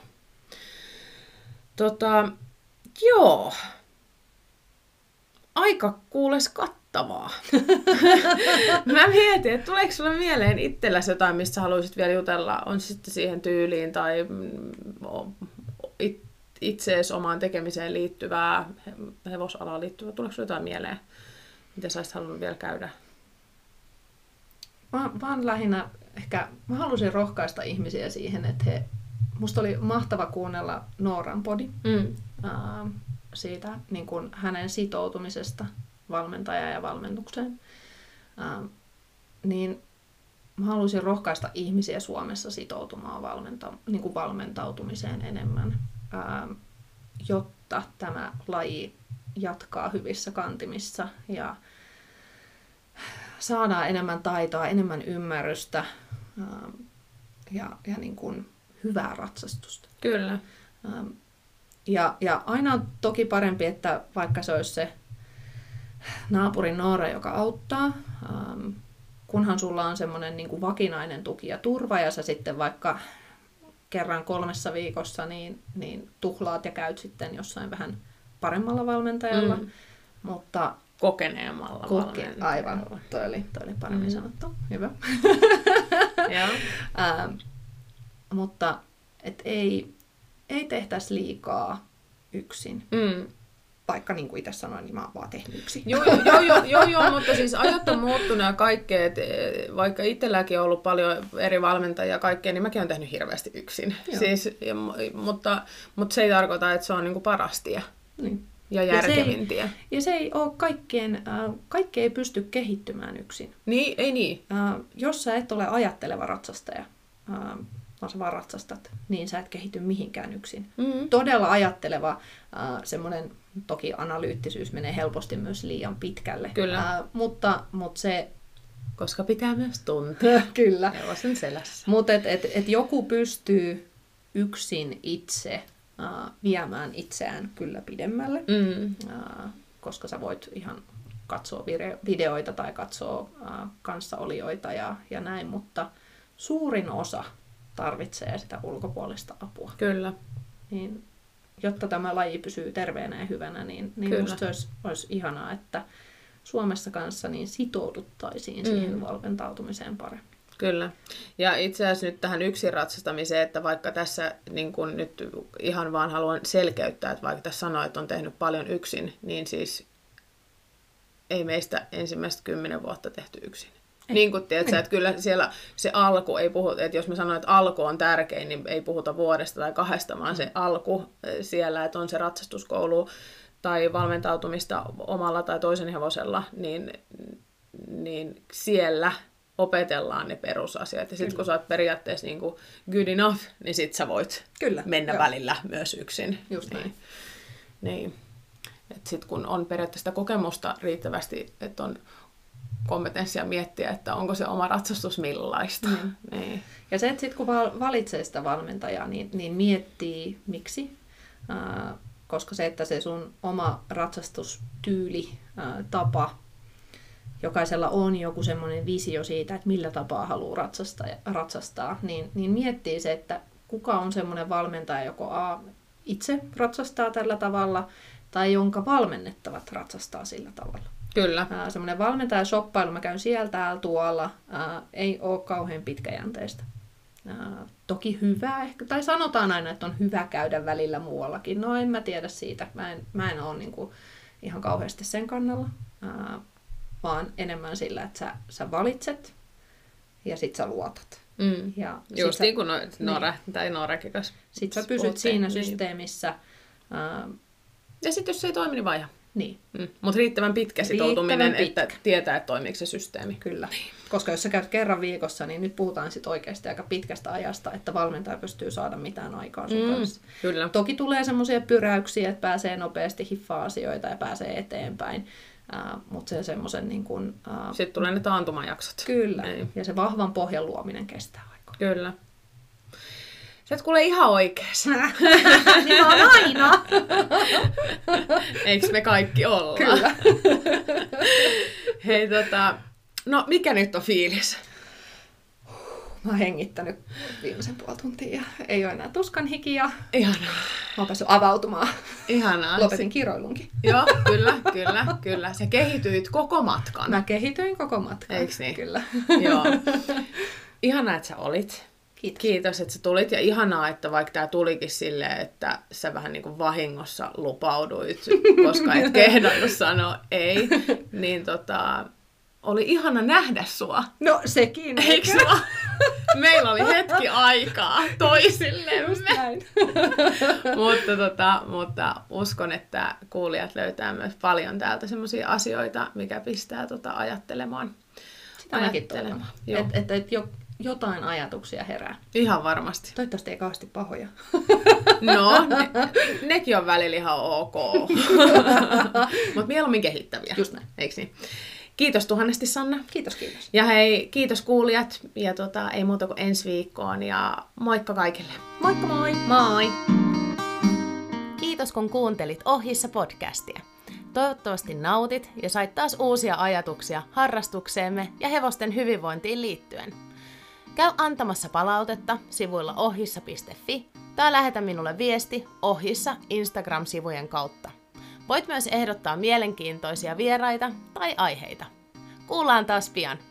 Joo. Aika kuules kattavaa. Mä mietin, että tuleeko sulle mieleen itselläsi jotain, mistä haluaisit vielä jutella? On sitten siihen tyyliin tai itseesi omaan tekemiseen liittyvää, hevosalaan liittyvää. Tuleeko sulle jotain mieleen, mitä sä olisit halunnut vielä käydä?
Vaan lähinnä ehkä mä halusin rohkaista ihmisiä siihen, että musta oli mahtava kuunnella Nooran podi siitä niin kuin hänen sitoutumisesta valmentajaan ja valmennukseen. Niin mä haluaisin rohkaista ihmisiä Suomessa sitoutumaan niin kuin valmentautumiseen enemmän, jotta tämä laji jatkaa hyvissä kantimissa ja saadaan enemmän taitoa, enemmän ymmärrystä ja niin kuin hyvää ratsastusta.
Kyllä.
Ja aina on toki parempi, että vaikka se olisi se naapurin Noora, joka auttaa, kunhan sulla on semmoinen niin kuin vakinainen tuki ja turva, ja sä sitten vaikka kerran 3 viikossa niin tuhlaat ja käyt sitten jossain vähän paremmalla valmentajalla, mutta
kokeneemmalla valmentajalla.
Aivan, toi oli paremmin sanottu. Hyvä. Mutta ei tehtäisi liikaa yksin. Vaikka niin kuin itse sanoin, niin mä oon vaan tehnyt yksin.
Joo, mutta siis ajat on muuttunut ja kaikkea, vaikka itselläkin on ollut paljon eri valmentajia ja kaikkea, niin mäkin olen tehnyt hirveästi yksin. Siis, mutta se ei tarkoita, että se on niin kuin paras tie. Niin. Ja järkevin tie.
Ja se ei ole kaikki ei pysty kehittymään yksin.
Niin, ei niin.
Jos sä et ole ajatteleva ratsastaja, vaan sä vaan ratsastat, niin sä et kehity mihinkään yksin. Todella ajatteleva, semmoinen, toki analyyttisyys menee helposti myös liian pitkälle.
Kyllä.
Mutta se...
Koska pitää myös tuntea.
Kyllä.
Hevosen selässä.
Mutta et joku pystyy yksin itse viemään itseään kyllä pidemmälle, koska sä voit ihan katsoa videoita tai katsoa kanssaolijoita ja näin, mutta suurin osa tarvitsee sitä ulkopuolista apua.
Kyllä.
Niin, jotta tämä laji pysyy terveenä ja hyvänä, niin musta olisi ihanaa, että Suomessa kanssa niin sitouduttaisiin siihen valmentautumiseen paremmin.
Kyllä. Ja itse asiassa nyt tähän yksin ratsastamiseen, että vaikka tässä niin kun nyt ihan vaan haluan selkeyttää, että vaikka tässä sanoo, että on tehnyt paljon yksin, niin siis ei meistä ensimmäistä 10 vuotta tehty yksin. Niin kuin tiedätkö, että kyllä siellä se alku ei puhuta, että jos mä sanon, että alku on tärkein, niin ei puhuta vuodesta tai 2, vaan se alku siellä, että on se ratsastuskoulu tai valmentautumista omalla tai toisen hevosella, niin siellä opetellaan ne perusasiat. Ja sitten kun sä oot periaatteessa niin kuin good enough, niin sit sä voit mennä välillä myös yksin.
Just näin.
Niin. Sitten kun on periaatteessa kokemusta riittävästi, että on kompetenssia miettiä, että onko se oma ratsastus millaista. Niin.
Ja se, että sitten kun valitsee sitä valmentajaa, niin miettii miksi. Koska se, että se sun oma ratsastustyyli, tapa, jokaisella on joku semmoinen visio siitä, että millä tapaa haluaa ratsastaa, niin miettii se, että kuka on semmoinen valmentaja, joko itse ratsastaa tällä tavalla, tai jonka valmennettavat ratsastaa sillä tavalla.
Kyllä.
Semmoinen valmentaja-shoppailu, mä käyn sieltä tuolla, ei ole kauhean pitkäjänteistä. Toki hyvä ehkä, tai sanotaan aina, että on hyvä käydä välillä muuallakin. No en mä tiedä siitä, mä en ole niinku ihan kauheasti sen kannalla, vaan enemmän sillä, että sä valitset ja sit sä luotat. Ja
just niin kuin Nora tai Norakin kanssa.
Sitten sä pysyt siinä systeemissä.
Ja sitten jos se ei toimi, niin vaiha.
Niin.
Mutta riittävän pitkä sitoutuminen, että tietää, että toimiiko se systeemi.
Kyllä. Koska jos sä käyt kerran viikossa, niin nyt puhutaan sit oikeasti aika pitkästä ajasta, että valmentaja pystyy saada mitään aikaa sun kanssa.
Kyllä.
Toki tulee semmoisia pyräyksiä, että pääsee nopeasti hiffaa asioita ja pääsee eteenpäin. Mutta se semmoisen niin kuin...
Sitten tulee ne taantumajaksot.
Kyllä. Ja se vahvan pohjan luominen kestää aikaa.
Kyllä. Sä et kuule ihan oikees.
Niin on aina.
Eiks me kaikki olla?
Kyllä.
Hei no mikä nyt on fiilis?
Mä oon hengittänyt viimeisen puoli tuntia ja ei ole enää tuskan hikiä.
Ihanaa.
Mä oon päässyt avautumaan.
Ihanaa.
Lopetin kiroilunkin.
Joo, kyllä. Sä kehityit koko matkan.
Mä kehityin koko matkan.
Eiks niin?
Kyllä.
Joo. Ihanaa, että sä olit. Kiitos, että sä tulit. Ja ihanaa, että vaikka tää tulikin silleen, että sä vähän niin kuin vahingossa lupauduit, koska et kehdannut sanoa ei, niin oli ihana nähdä sua.
No sekin.
Eikö vaan? Meillä oli hetki aikaa toisillemme. mutta uskon, että kuulijat löytää myös paljon täältä semmoisia asioita, mikä pistää ajattelemaan.
Sitä mäkin toivon. Että jotain ajatuksia herää.
Ihan varmasti.
Toivottavasti ei kauheasti pahoja.
No, nekin on välillä ihan ok. Mutta mieluummin kehittäviä.
Just näin.
Eikö niin? Kiitos tuhannesti, Sanna.
Kiitos.
Ja hei, kiitos kuulijat. Ja ei muuta kuin ensi viikkoon. Ja moikka kaikille.
Moikka moi!
Moi! Kiitos kun kuuntelit Ohjissa podcastia. Toivottavasti nautit ja sait taas uusia ajatuksia harrastukseemme ja hevosten hyvinvointiin liittyen. Käy antamassa palautetta sivuilla ohjissa.fi tai lähetä minulle viesti Ohjissa Instagram-sivujen kautta. Voit myös ehdottaa mielenkiintoisia vieraita tai aiheita. Kuullaan taas pian.